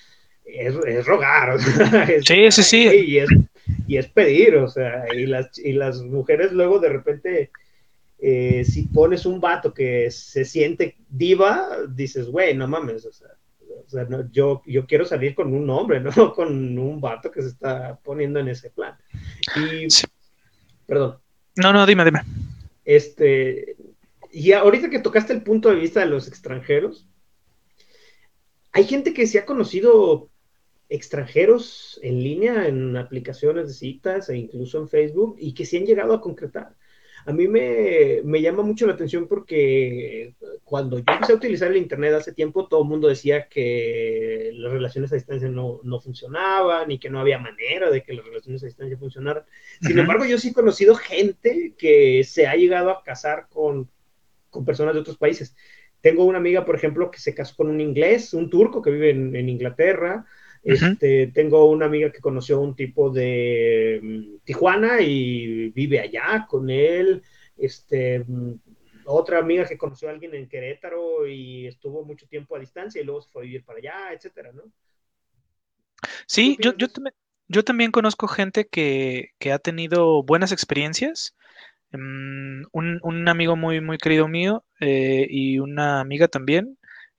es rogar, o sea, es sí, estar sí, sí. ahí y es pedir, o sea, y las mujeres luego de repente si pones un vato que se siente diva, dices, güey, no mames, o sea no, yo quiero salir con un hombre, no con un vato que se está poniendo en ese plan. Y, Sí. perdón, No, no, dime. este, y ahorita que tocaste el punto de vista de los extranjeros, hay gente que se ha conocido extranjeros en línea, en aplicaciones de citas e incluso en Facebook, y que sí han llegado a concretar. A mí me llama mucho la atención porque cuando yo empecé a utilizar el Internet hace tiempo, todo el mundo decía que las relaciones a distancia no funcionaban y que no había manera de que las relaciones a distancia funcionaran. Sin Ujú. embargo, yo sí he conocido gente que se ha llegado a casar con personas de otros países. Tengo una amiga, por ejemplo, que se casó con un inglés, un turco que vive en Inglaterra. Ujú. Tengo una amiga que conoció a un tipo de Tijuana y vive allá con él. Otra amiga que conoció a alguien en Querétaro y estuvo mucho tiempo a distancia y luego se fue a vivir para allá, etcétera, ¿no? ¿Tú qué Sí, opinas de eso? yo también conozco gente que ha tenido buenas experiencias. Un amigo muy querido mío y una amiga también.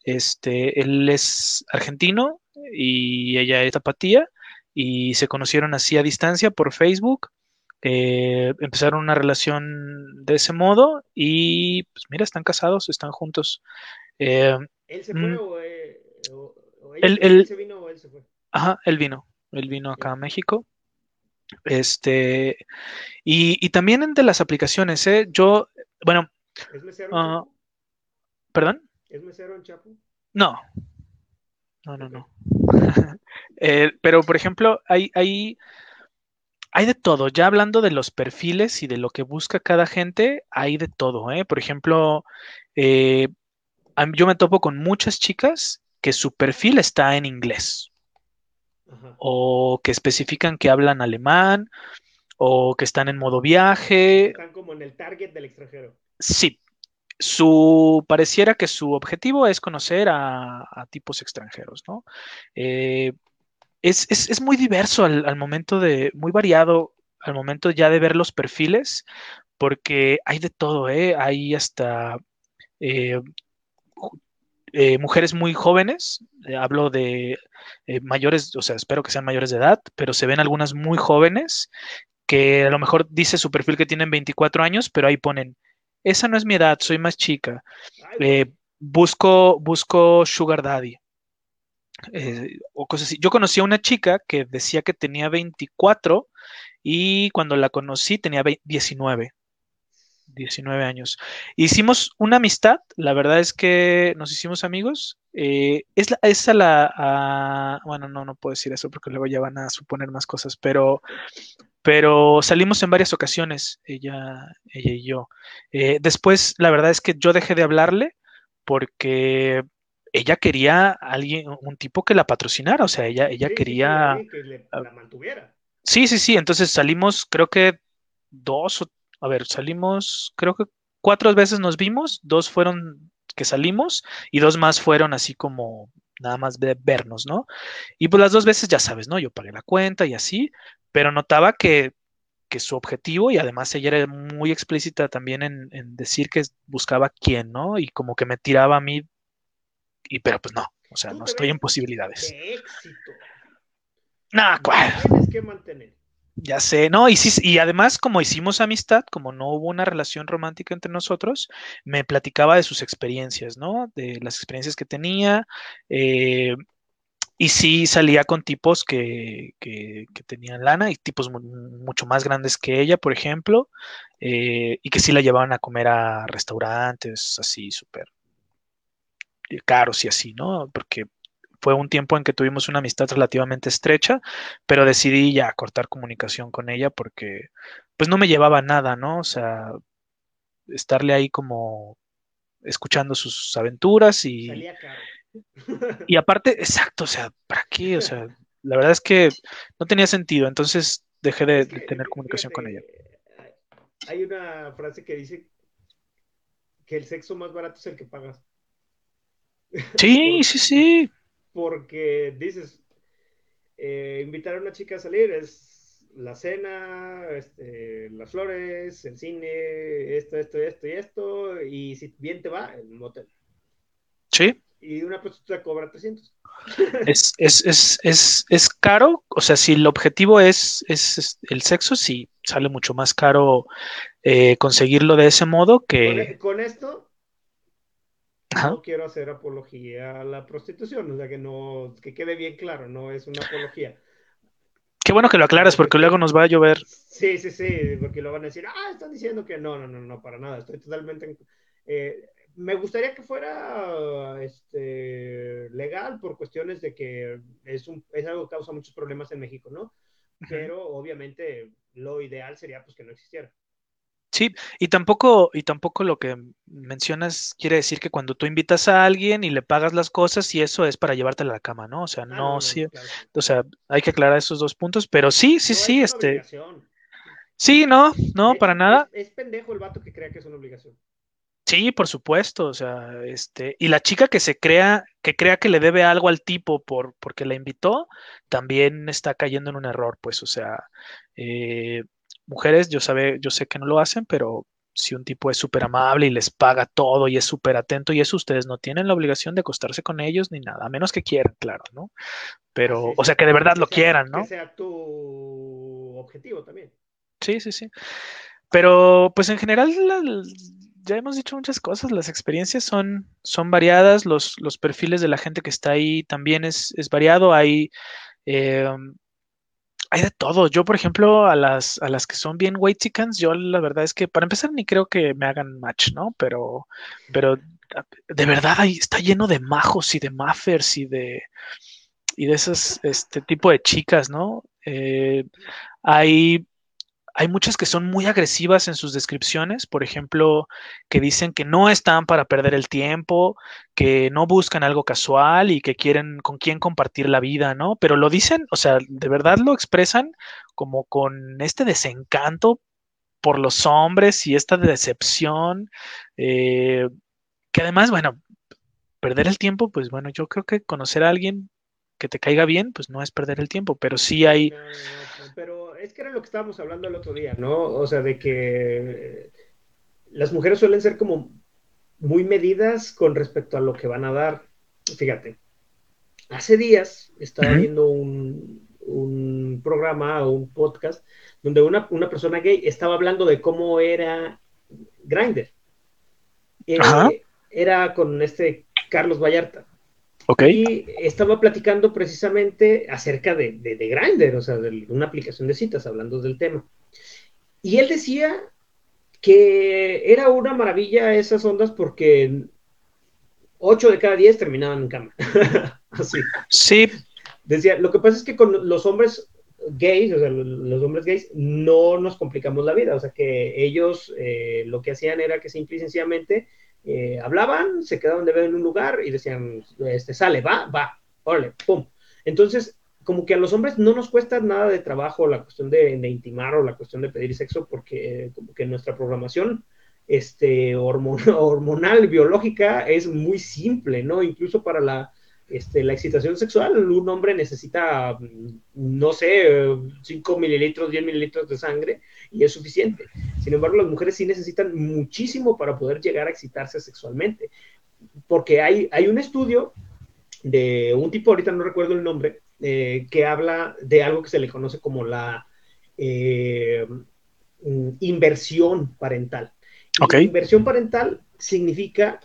Él es argentino y ella es tapatía y se conocieron así a distancia por Facebook. Empezaron una relación de ese modo y pues mira, están casados, están juntos. Eh, ¿Él se mm, fue o ella él él, se vino o él se fue? ajá, él vino acá Ya. a México. Este, y también de las aplicaciones, bueno, ¿Es mesero en ah, Chapo? perdón, ¿Es mesero en Chapo? no, no, no, Ok. no. Pero, por ejemplo, hay de todo. Ya hablando de los perfiles y de lo que busca cada gente, hay de todo, ¿eh? Por ejemplo, eh, yo me topo con muchas chicas que su perfil está en inglés Ajá. o que especifican que hablan alemán o que están en modo Que viaje. están como en el target del extranjero. Sí, pareciera que su objetivo es conocer a tipos extranjeros, ¿no? Eh, es muy diverso al momento muy variado al momento ya de ver los perfiles, porque hay de todo, ¿eh? Hay hasta eh, mujeres muy jóvenes, hablo de mayores, o sea, espero que sean mayores de edad, pero se ven algunas muy jóvenes que a lo mejor dice su perfil que tienen 24 años, pero ahí ponen, esa no es mi edad, soy más chica. Ay, Eh, güey. busco Sugar Daddy Wow. o cosas así. Yo conocí a una chica que decía que tenía 24 y cuando la conocí tenía 19. 19 años. Hicimos una amistad, la verdad es que nos hicimos amigos. Bueno, no puedo decir eso porque luego ya van a suponer más cosas, pero salimos en varias ocasiones, ella y yo. Después, la verdad es que yo dejé de hablarle porque ella quería a alguien, un tipo que la patrocinara, o sea, ella Sí, sí, sí, quería. alguien que la mantuviera. Sí, sí, sí. Entonces salimos, creo que dos, a ver, salimos, creo que 4 veces nos vimos, 2 fueron que salimos y 2 más fueron así como nada más vernos, ¿no? Y pues las 2 veces ya sabes, ¿no? Yo pagué la cuenta y así, pero notaba que su objetivo, y además ella era muy explícita también en decir que buscaba quién, ¿no? Y como que me tiraba a mí, pero pues no, o sea, Tú no te estoy ves en posibilidades. de éxito. Nada, Me tienes que mantener. ya sé, no, y sí, y además como hicimos amistad, como no hubo una relación romántica entre nosotros, me platicaba de sus experiencias, ¿no? De las experiencias que tenía, eh, y sí salía con tipos que tenían lana y tipos mucho más grandes que ella, por ejemplo, y que sí la llevaban a comer a restaurantes así súper caros y así, ¿no? Porque fue un tiempo en que tuvimos una amistad relativamente estrecha, pero decidí ya cortar comunicación con ella porque pues no me llevaba a nada, ¿no? O sea, estarle ahí como escuchando sus aventuras Salía caro. y aparte, exacto, o sea, ¿para qué? O sea, la verdad es que no tenía sentido, entonces dejé Es de que, tener comunicación con ella. fíjate, hay una frase que dice que el sexo más barato es el que pagas. Sí, Por- sí, sí, porque dices, invitar a una chica a salir es la cena, las flores, el cine, esto y esto, y si bien te va, el motel. sí. Y una prostituta cobra 300. Es caro, o sea, si el objetivo es el sexo, sí, sale mucho más caro conseguirlo de ese modo que. Con esto Ajá. no quiero hacer apología a la prostitución, o sea que no, que quede bien claro, no es una apología. Qué bueno que lo aclaras Lo que porque luego estoy, nos va a llover. sí, sí, sí, porque lo van a decir, están diciendo que no, para nada, estoy totalmente, me gustaría que fuera legal por cuestiones de que es algo que causa muchos problemas en México, ¿no? Ujú. Pero obviamente lo ideal sería pues que no existiera. Sí, y tampoco lo que mencionas quiere decir que cuando tú invitas a alguien y le pagas las cosas y eso es para llevártela a la cama, ¿no? O sea, no, sí, No, claro que no. o sea, hay que aclarar esos 2 puntos, pero sí, sí, No sí, es una obligación. sí, no, De no, para hecho, nada. es pendejo el vato que crea que es una obligación. Sí, por supuesto, o sea, y la chica que crea que le debe algo al tipo porque la invitó, también está cayendo en un error, pues, o sea, eh, mujeres, yo sé que no lo hacen, pero si un tipo es súper amable y les paga todo y es súper atento y eso, ustedes no tienen la obligación de acostarse con ellos ni nada, a menos que quieran, claro, ¿no? Pero, Así o sea, sea, que de verdad que lo sea, quieran, que ¿no? sea tu objetivo también. Sí, sí, sí. Pero pues en general ya hemos dicho muchas cosas, las experiencias son variadas, los perfiles de la gente que está ahí también es variado, eh, hay de todo. Yo, por ejemplo, a las que son bien white chickens, yo la verdad es que para empezar ni creo que me hagan match, ¿no? Pero de verdad ahí está lleno de majos y de maffers y de esas, tipo de chicas, ¿no? Hay hay muchas que son muy agresivas en sus descripciones, por ejemplo, que dicen que no están para perder el tiempo, que no buscan algo casual y que quieren con quién compartir la vida, ¿no? Pero lo dicen, o sea, de verdad lo expresan como con este desencanto por los hombres y esta decepción, eh, que además, bueno, perder el tiempo, pues bueno, yo creo que conocer a alguien que te caiga bien, pues no es perder el tiempo, pero sí Sí, hay. no, pero es que era lo que estábamos hablando el otro día, ¿no? O sea, de que las mujeres suelen ser como muy medidas con respecto a lo que van a dar. Fíjate, hace días estaba Ujú. viendo un programa o un podcast donde una persona gay estaba hablando de cómo era Grindr. Ajá, Era con Carlos Vallarta. ok. Y estaba platicando precisamente acerca de Grindr, o sea, de una aplicación de citas, hablando del tema. Y él decía que era una maravilla esas ondas porque 8 de cada 10 terminaban en cama. Así. Sí, Decía, lo que pasa es que con los hombres gays, o sea, los hombres gays, no nos complicamos la vida. O sea, que ellos lo que hacían era que simple y sencillamente hablaban, se quedaban de ver en un lugar y decían, sale, va, órale, pum. Entonces, como que a los hombres no nos cuesta nada de trabajo la cuestión de intimar o la cuestión de pedir sexo, porque como que nuestra programación hormonal, biológica, es muy simple, ¿no? Incluso para la excitación sexual, un hombre necesita, no sé, 5 mililitros, 10 mililitros de sangre y es suficiente. Sin embargo, las mujeres sí necesitan muchísimo para poder llegar a excitarse sexualmente. Porque hay un estudio de un tipo, ahorita no recuerdo el nombre, que habla de algo que se le conoce como la eh, inversión parental. Y ok, la inversión parental significa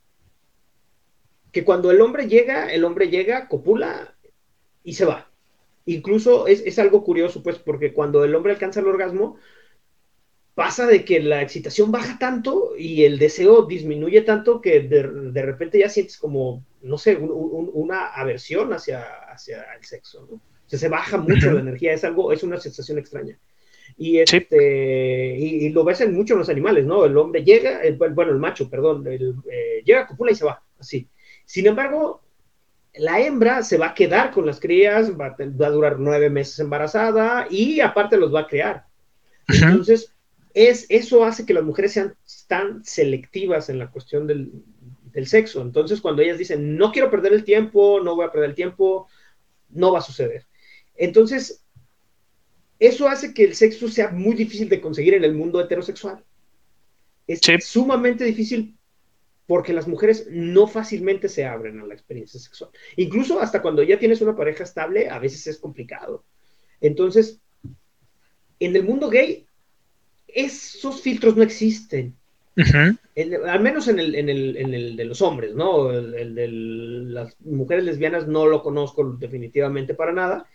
que cuando el hombre llega, copula y se va. Incluso es algo curioso, pues, porque cuando el hombre alcanza el orgasmo, pasa de que la excitación baja tanto y el deseo disminuye tanto que de repente ya sientes como, no sé, una aversión hacia el sexo, ¿no? O sea, se baja mucho la ujú, energía, es una sensación extraña. sí, Y lo ves en muchos los animales, ¿no? El hombre llega, bueno, el macho, perdón, llega, copula y se va, así. Sin embargo, la hembra se va a quedar con las crías, va a durar 9 meses embarazada y aparte los va a criar. ujú, Entonces, eso hace que las mujeres sean tan selectivas en la cuestión del sexo. Entonces, cuando ellas dicen, no quiero perder el tiempo, no voy a perder el tiempo, no va a suceder. Entonces, eso hace que el sexo sea muy difícil de conseguir en el mundo heterosexual. Es sí, sumamente difícil porque las mujeres no fácilmente se abren a la experiencia sexual. Incluso hasta cuando ya tienes una pareja estable, a veces es complicado. Entonces, en el mundo gay, esos filtros no existen. ujú, Al menos en el de los hombres, ¿no? El de las mujeres lesbianas no lo conozco definitivamente para nada.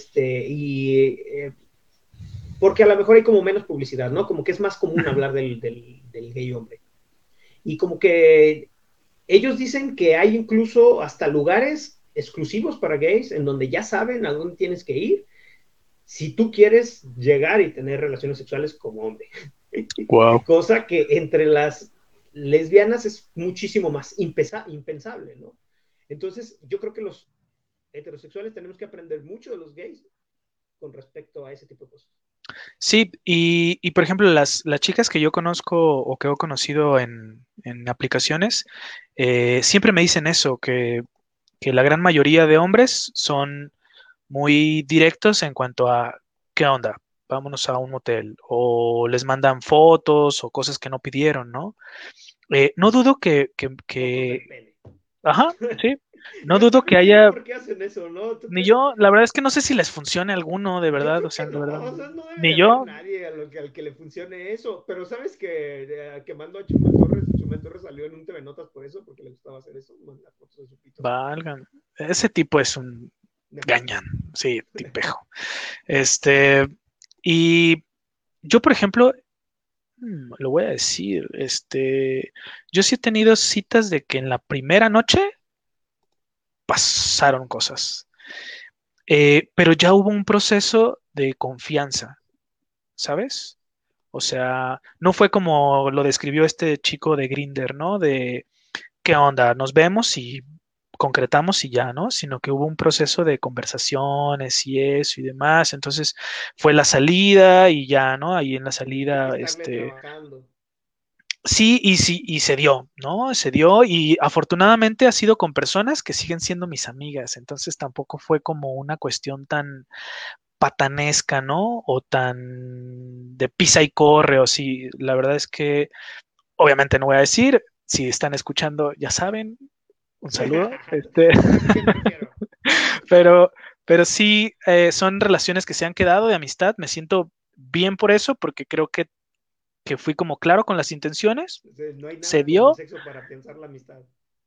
Porque a lo mejor hay como menos publicidad, ¿no? Como que es más común ujú. hablar del gay hombre. Y como que ellos dicen que hay incluso hasta lugares exclusivos para gays en donde ya saben a dónde tienes que ir si tú quieres llegar y tener relaciones sexuales como hombre. Wow. Cosa que entre las lesbianas es muchísimo más impensable, ¿no? Entonces, yo creo que los heterosexuales tenemos que aprender mucho de los gays con respecto a ese tipo de cosas. Sí, y por ejemplo, las chicas que yo conozco o que he conocido en aplicaciones, siempre me dicen eso, que la gran mayoría de hombres son muy directos en cuanto a qué onda, vámonos a un motel, o les mandan fotos o cosas que no pidieron, ¿no? No dudo Fotos del pene. ajá, sí, no Yo dudo también que no entiendo haya, por qué hacen eso, ¿no? ¿Tú ni crees? yo, la verdad es que no sé si les funcione alguno, de Yo verdad, o creo sea, que de no, verdad, o sea, no debe de ni haber yo, nadie al que le funcione eso, pero ¿sabes que mando a Chumel Torres salió en un TV Notas por eso, porque le gustaba hacer eso, mandar fotos de su pito? valgan, ese tipo es un Nefasto. gañán, sí, tipejo. Este, y yo, por ejemplo, lo voy a decir, yo sí he tenido citas de que en la primera noche pasaron cosas, pero ya hubo un proceso de confianza, ¿sabes? O sea, no fue como lo describió este chico de Grinder, ¿no? De qué onda, nos vemos y concretamos y ya, ¿no? Sino que hubo un proceso de conversaciones y eso y demás. Entonces fue la salida y ya, ¿no? Ahí en la Hay que salida, estarle trabajando. sí, y se dio, ¿no? Se dio y afortunadamente ha sido con personas que siguen siendo mis amigas. Entonces tampoco fue como una cuestión tan patanesca, ¿no? O tan de pisa y corre, o sí, la verdad es que obviamente no voy a decir, si están escuchando, ya saben, un saludo, ¿Sabes a quién me refiero? pero, pero sí son relaciones que se han quedado de amistad, me siento bien por eso, porque creo que fui como claro con las intenciones, No hay se nada como el dio, sexo para afianzar la amistad.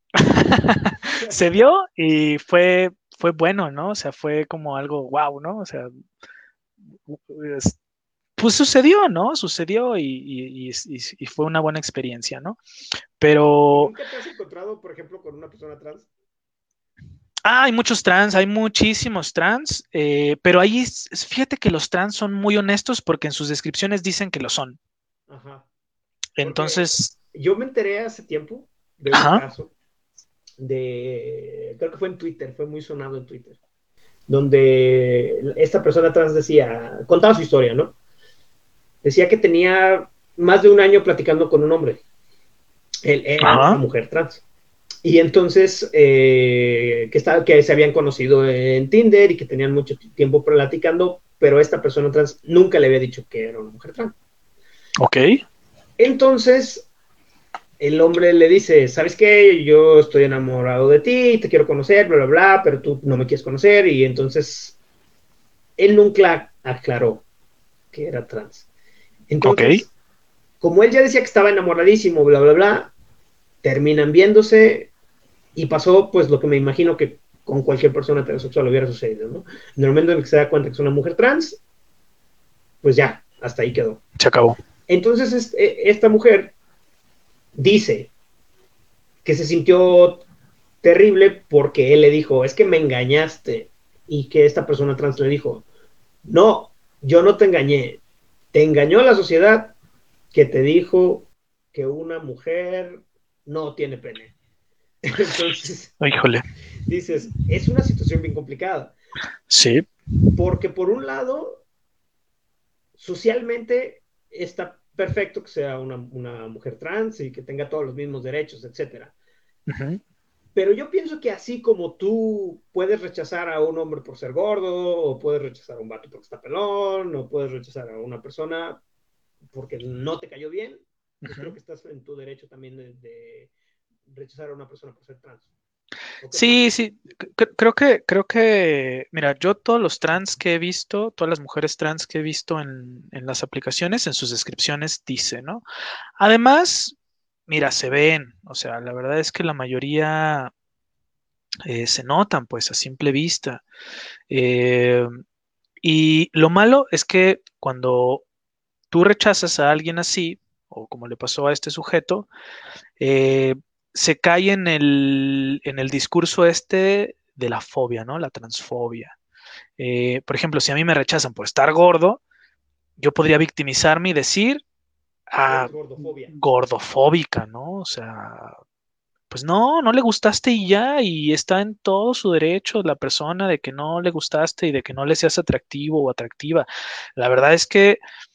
se dio y fue bueno, ¿no? O sea, fue como algo wow, ¿no? O sea, pues sucedió, ¿no? Sucedió y fue una buena experiencia, ¿no? ¿Y Pero nunca te has encontrado, por ejemplo, con una persona trans? hay muchos trans, hay muchísimos trans, pero ahí fíjate que los trans son muy honestos porque en sus descripciones dicen que lo son. Ajá. Porque Entonces, yo me enteré hace tiempo de un ajá, caso creo que fue en Twitter, fue muy sonado en Twitter, donde esta persona trans decía, contaba su historia, ¿no? Decía que tenía más de un año platicando con un hombre. Él era una ajá, mujer trans. Y entonces, que se habían conocido en Tinder y que tenían mucho tiempo platicando, pero esta persona trans nunca le había dicho que era una mujer trans. ok, Entonces, el hombre le dice, ¿sabes qué? Yo estoy enamorado de ti, te quiero conocer, bla, bla, bla, pero tú no me quieres conocer. Y entonces, él nunca aclaró que era trans. ok, Entonces, como él ya decía que estaba enamoradísimo, bla, bla, bla, terminan viéndose y pasó pues lo que me imagino que con cualquier persona heterosexual hubiera sucedido, ¿no? En el momento en el que se da cuenta que es una mujer trans, pues ya, hasta ahí quedó. se acabó. Entonces esta mujer dice que se sintió terrible porque él le dijo, es que me engañaste, y que esta persona trans le dijo, no, yo no te engañó la sociedad que te dijo que una mujer no tiene pene. Entonces, Híjole, dices, es una situación bien complicada, sí, porque por un lado, socialmente está perfecto que sea una mujer trans y que tenga todos los mismos derechos, etcétera. ujú, Pero yo pienso que así como tú puedes rechazar a un hombre por ser gordo, o puedes rechazar a un vato porque está pelón, o puedes rechazar a una persona porque no te cayó bien, pues creo ujú. que estás en tu derecho también de rechazar a una persona por ser trans. ¿O qué Sí, piensas? sí, creo que, mira, yo todos los trans que he visto, todas las mujeres trans que he visto en las aplicaciones, en sus descripciones dice, ¿no? Además, mira, se ven, o sea, la verdad es que la mayoría se notan, pues, a simple vista. Eh, y lo malo es que cuando tú rechazas a alguien así, o como le pasó a este sujeto, eh, se cae en el discurso este de la fobia, ¿no? La transfobia. Por ejemplo, si a mí me rechazan por estar gordo, yo podría victimizarme y decir, ah, Eres gordofobia. gordofóbica, ¿no? O sea, pues no, no le gustaste y ya, y está en todo su derecho la persona de que no le gustaste y de que no le seas atractivo o atractiva. La verdad es que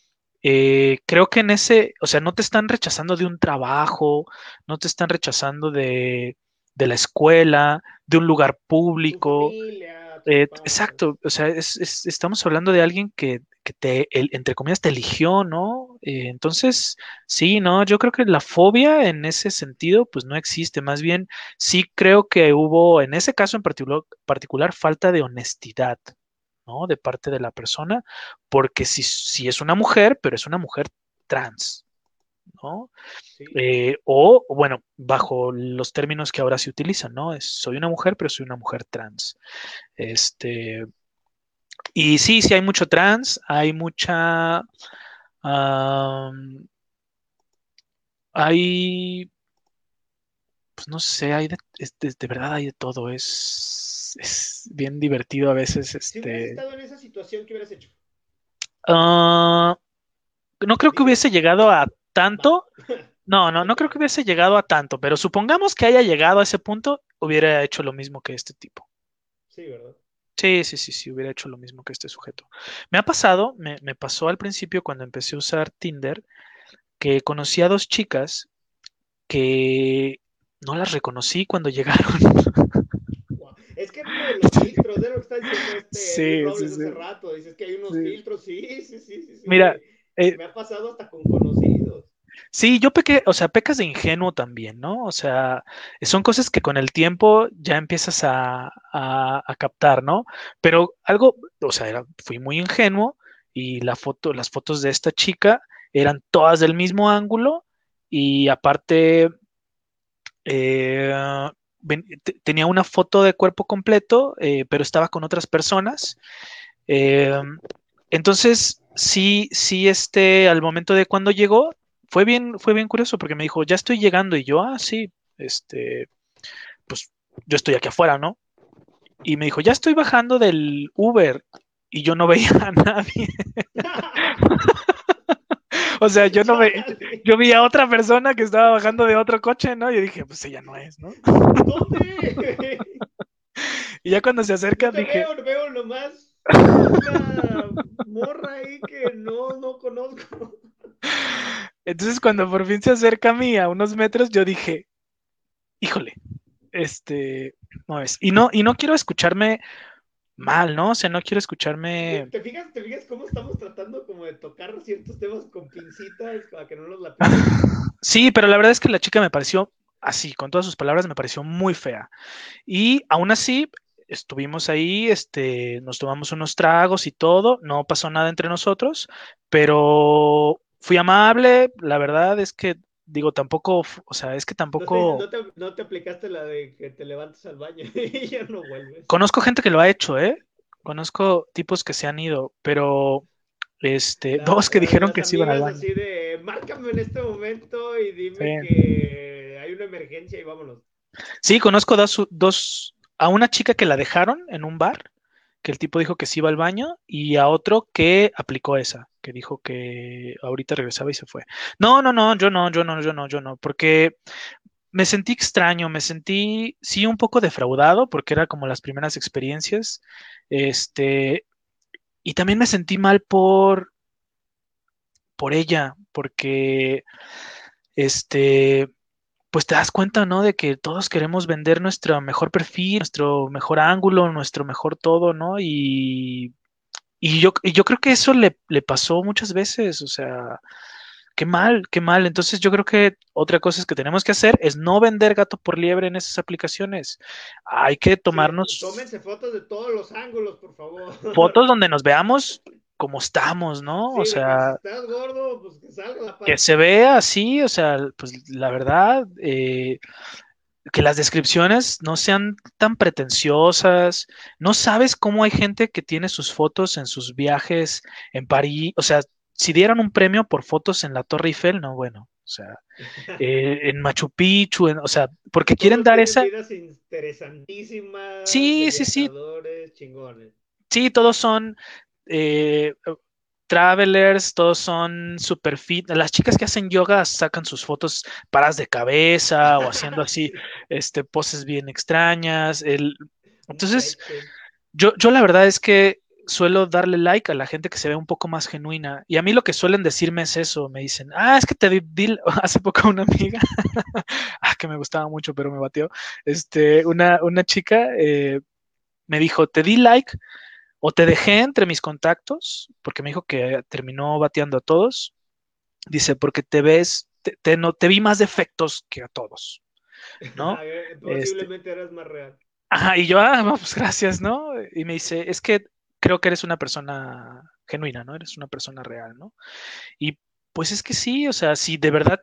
creo que en ese, o sea, no te están rechazando de un trabajo, no te están rechazando de la escuela, de un lugar Tu público. familia, tus papás. Exacto, o sea, estamos hablando de alguien que entre comillas, te eligió, ¿no? Entonces, sí, no, yo creo que la fobia en ese sentido, pues no existe. Más bien, sí creo que hubo, en ese caso en particular falta de honestidad, ¿no? De parte de la persona, porque si es una mujer, pero es una mujer trans, ¿no? Sí, O, bueno, bajo los términos que ahora se utilizan, ¿no? Soy una mujer, pero soy una mujer trans. Este, y sí, sí hay mucho trans, hay mucha, am, hay, pues no sé, hay de verdad hay de todo, es bien divertido a veces, si hubieras estado en esa situación, ¿qué hubieras hecho? ah, no creo que Dices, hubiese llegado a va. tanto. No, no, Sí, no creo que claro. hubiese llegado a tanto, pero supongamos que haya llegado a ese punto, hubiera hecho lo mismo que este tipo. Sí, ¿verdad? Sí, sí, sí, sí, hubiera hecho lo mismo que este sujeto. Me ha pasado, me pasó al principio cuando empecé a usar Tinder, que conocí a dos chicas que no las reconocí cuando llegaron. Wow. Es que lo de los filtros, de lo que está diciendo Luis Sí, sí, Robles sí, hace rato, dices que hay unos sí. filtros, sí, sí, sí, sí, sí, Mira, eh, me ha pasado hasta con conocidos. sí, yo pequé, o sea, pecas de ingenuo también, ¿no? O sea, son cosas que con el tiempo ya empiezas a captar, ¿no? Pero algo, o sea, fui muy ingenuo y las fotos de esta chica eran todas del mismo ángulo y aparte tenía una foto de cuerpo completo, pero estaba con otras personas. Eh, entonces sí, sí, al momento de cuando llegó, fue bien curioso porque me dijo, ya estoy llegando, y yo, sí, pues yo estoy aquí afuera, ¿no? Y me dijo, ya estoy bajando del Uber, y yo no veía a nadie. O sea, Chale. yo vi a otra persona que estaba bajando de otro coche, ¿no? Y dije, pues ella no es, ¿no? ¿Dónde? Y ya cuando se Yo acerca te dije, veo nomás una morra ahí que no conozco. entonces cuando por fin se acerca a mí a unos metros, yo dije, híjole, este, no es. Y no quiero escucharme mal, ¿no? O sea, no quiero escucharme. Te fijas cómo estamos tratando como de tocar ciertos temas con pincitas para que no nos la piquen? Sí, pero la verdad es que la chica me pareció así, con todas sus palabras, me pareció muy fea. Y aún así, estuvimos ahí, nos tomamos unos tragos y todo, no pasó nada entre nosotros, pero fui amable, la verdad es que, digo, tampoco, o sea, es que tampoco No te aplicaste la de que te levantes al baño y ya no vuelves. conozco gente que lo ha hecho, ¿eh? Conozco tipos que se han ido, pero, dos que dijeron Las que sí iban al amigas baño. así de, márcame en este momento y Sí. dime que hay una emergencia y vámonos. Sí, conozco a una chica que la dejaron en un bar, que el tipo dijo que sí iba al baño, y a otro que aplicó esa, que dijo que ahorita regresaba y se fue. No, no, no, yo no, porque me sentí extraño, me sentí, sí, un poco defraudado, porque era como las primeras experiencias, este, y también me sentí mal por ella, porque, este, pues te das cuenta, ¿no? De que todos queremos vender nuestro mejor perfil, nuestro mejor ángulo, nuestro mejor todo, ¿no? Y yo creo que eso le pasó muchas veces, o sea, qué mal, qué mal. Entonces yo creo que otra cosa es que tenemos que hacer es no vender gato por liebre en esas aplicaciones. Hay que Sí, tomarnos tómense fotos de todos los ángulos, por favor. fotos donde nos veamos como estamos, ¿no? O Sí, de que si sea, estás gordo, pues que salga la que se panza. vea así, o sea, pues la verdad, que las descripciones no sean tan pretenciosas. No sabes cómo hay gente que tiene sus fotos en sus viajes en París. O sea, si dieran un premio por fotos en la Torre Eiffel, no, bueno. O sea, en Machu Picchu, o sea, porque quieren Todos dar tienen esa. vidas interesantísimas, de Sí, sí, sí. viajadores, chingones. Sí, todos son eh, travelers, todos son super fit. Las chicas que hacen yoga sacan sus fotos paradas de cabeza o haciendo así, Sí, poses bien extrañas. un Entonces, peche. yo la verdad es que suelo darle like a la gente que se ve un poco más genuina. Y a mí lo que suelen decirme es eso. Me dicen, es que hace poco una amiga, que me gustaba mucho, pero me batió. Una chica me dijo, te di like o te dejé entre mis contactos, porque me dijo que terminó bateando a todos. Dice, porque te ves, no, te vi más defectos que a todos, ¿no? Este, Posiblemente eras más real. y yo, pues gracias, ¿no? Y me dice, es que creo que eres una persona genuina, ¿no? Eres una persona real, ¿no? Y pues es que sí, o sea, si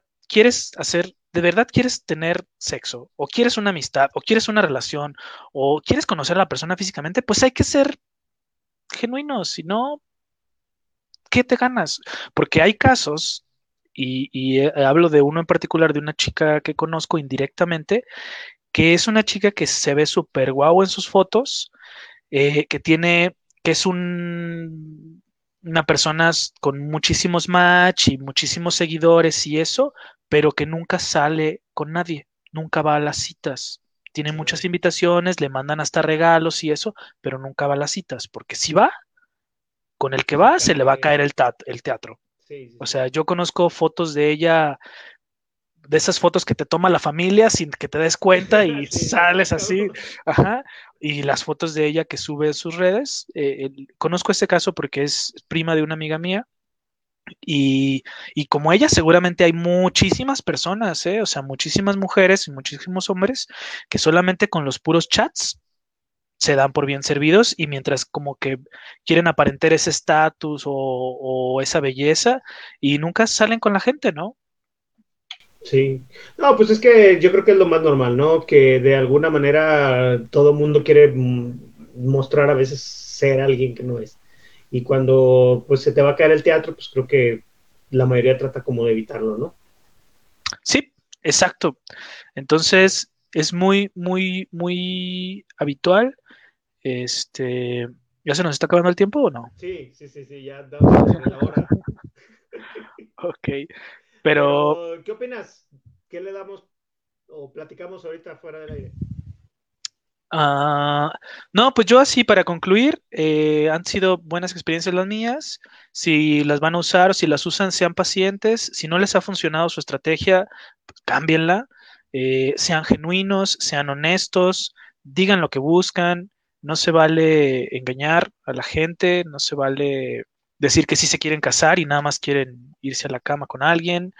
de verdad quieres tener sexo, o quieres una amistad, o quieres una relación, o quieres conocer a la persona físicamente, pues hay que ser genuinos, si no, ¿qué te ganas? Porque hay casos, hablo de uno en particular, de una chica que conozco indirectamente, que es una chica que se ve súper guau en sus fotos, que es una persona con muchísimos match y muchísimos seguidores y eso, pero que nunca sale con nadie, nunca va a las citas. Tiene muchas Ah, invitaciones, le mandan hasta regalos y eso, pero nunca va a las citas, porque si va, con el que se va, se le va a cae. caer el teatro. Sí, sí, O sí. sea, yo conozco fotos de ella, de esas fotos que te toma la familia sin que te des cuenta y Sí, dices, sales así, cabrón. ajá, y las fotos de ella que sube a sus redes. Conozco este caso porque es prima de una amiga mía y, y como ella seguramente hay muchísimas personas, o sea, muchísimas mujeres y muchísimos hombres que solamente con los puros chats se dan por bien servidos y mientras como que quieren aparentar ese estatus o esa belleza y nunca salen con la gente, ¿no? Sí. No, pues es que yo creo que es lo más normal, ¿no? Que de alguna manera todo mundo quiere mostrar a veces ser alguien que no es. y cuando pues se te va a caer el teatro, pues creo que la mayoría trata como de evitarlo, ¿no? Sí, exacto. Entonces, es muy, muy, muy habitual. Este, ¿Ya se nos está acabando el tiempo o no? Sí, sí, sí, sí, ya andamos sobre la hora. Ok, pero Pero, ¿qué opinas? ¿Qué le damos o platicamos ahorita fuera del aire? no, pues yo así para concluir, han sido buenas experiencias las mías. Si las van a usar o si las usan, sean pacientes. Si no les ha funcionado su estrategia, pues cámbienla. Sean genuinos, sean honestos, digan lo que buscan. No se vale engañar a la gente, no se vale decir que sí se quieren casar y nada más quieren irse a la cama con alguien.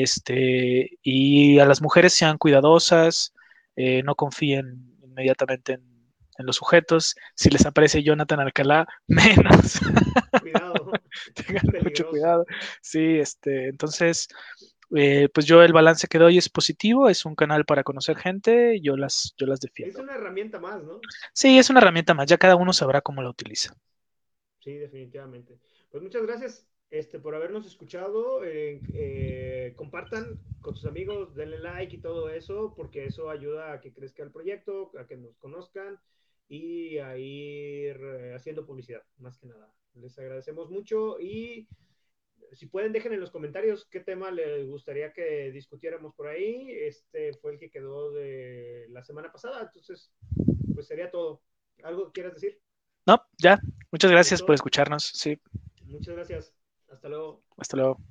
Y a las mujeres sean cuidadosas, no confíen inmediatamente en los sujetos. Si les aparece Jonathan Alcalá, menos. Cuidado, Tengan mucho peligroso. cuidado. Sí, entonces, pues yo el balance que doy es positivo, es un canal para conocer gente, yo las Es defiendo. una herramienta más, ¿no? Sí, es una herramienta más, ya cada uno sabrá cómo la utiliza. Sí, definitivamente. Pues muchas gracias por habernos escuchado. Compartan con sus amigos, denle like y todo eso, porque eso ayuda a que crezca el proyecto, a que nos conozcan y a ir haciendo publicidad, más que nada. Les agradecemos mucho y si pueden, dejen en los comentarios qué tema les gustaría que discutiéramos por ahí. Este fue el que quedó de la semana pasada, entonces, pues sería todo. ¿Algo quieras decir? No, ya, muchas gracias por ¿Listo? escucharnos. Sí, Muchas gracias. Hasta luego. hasta luego.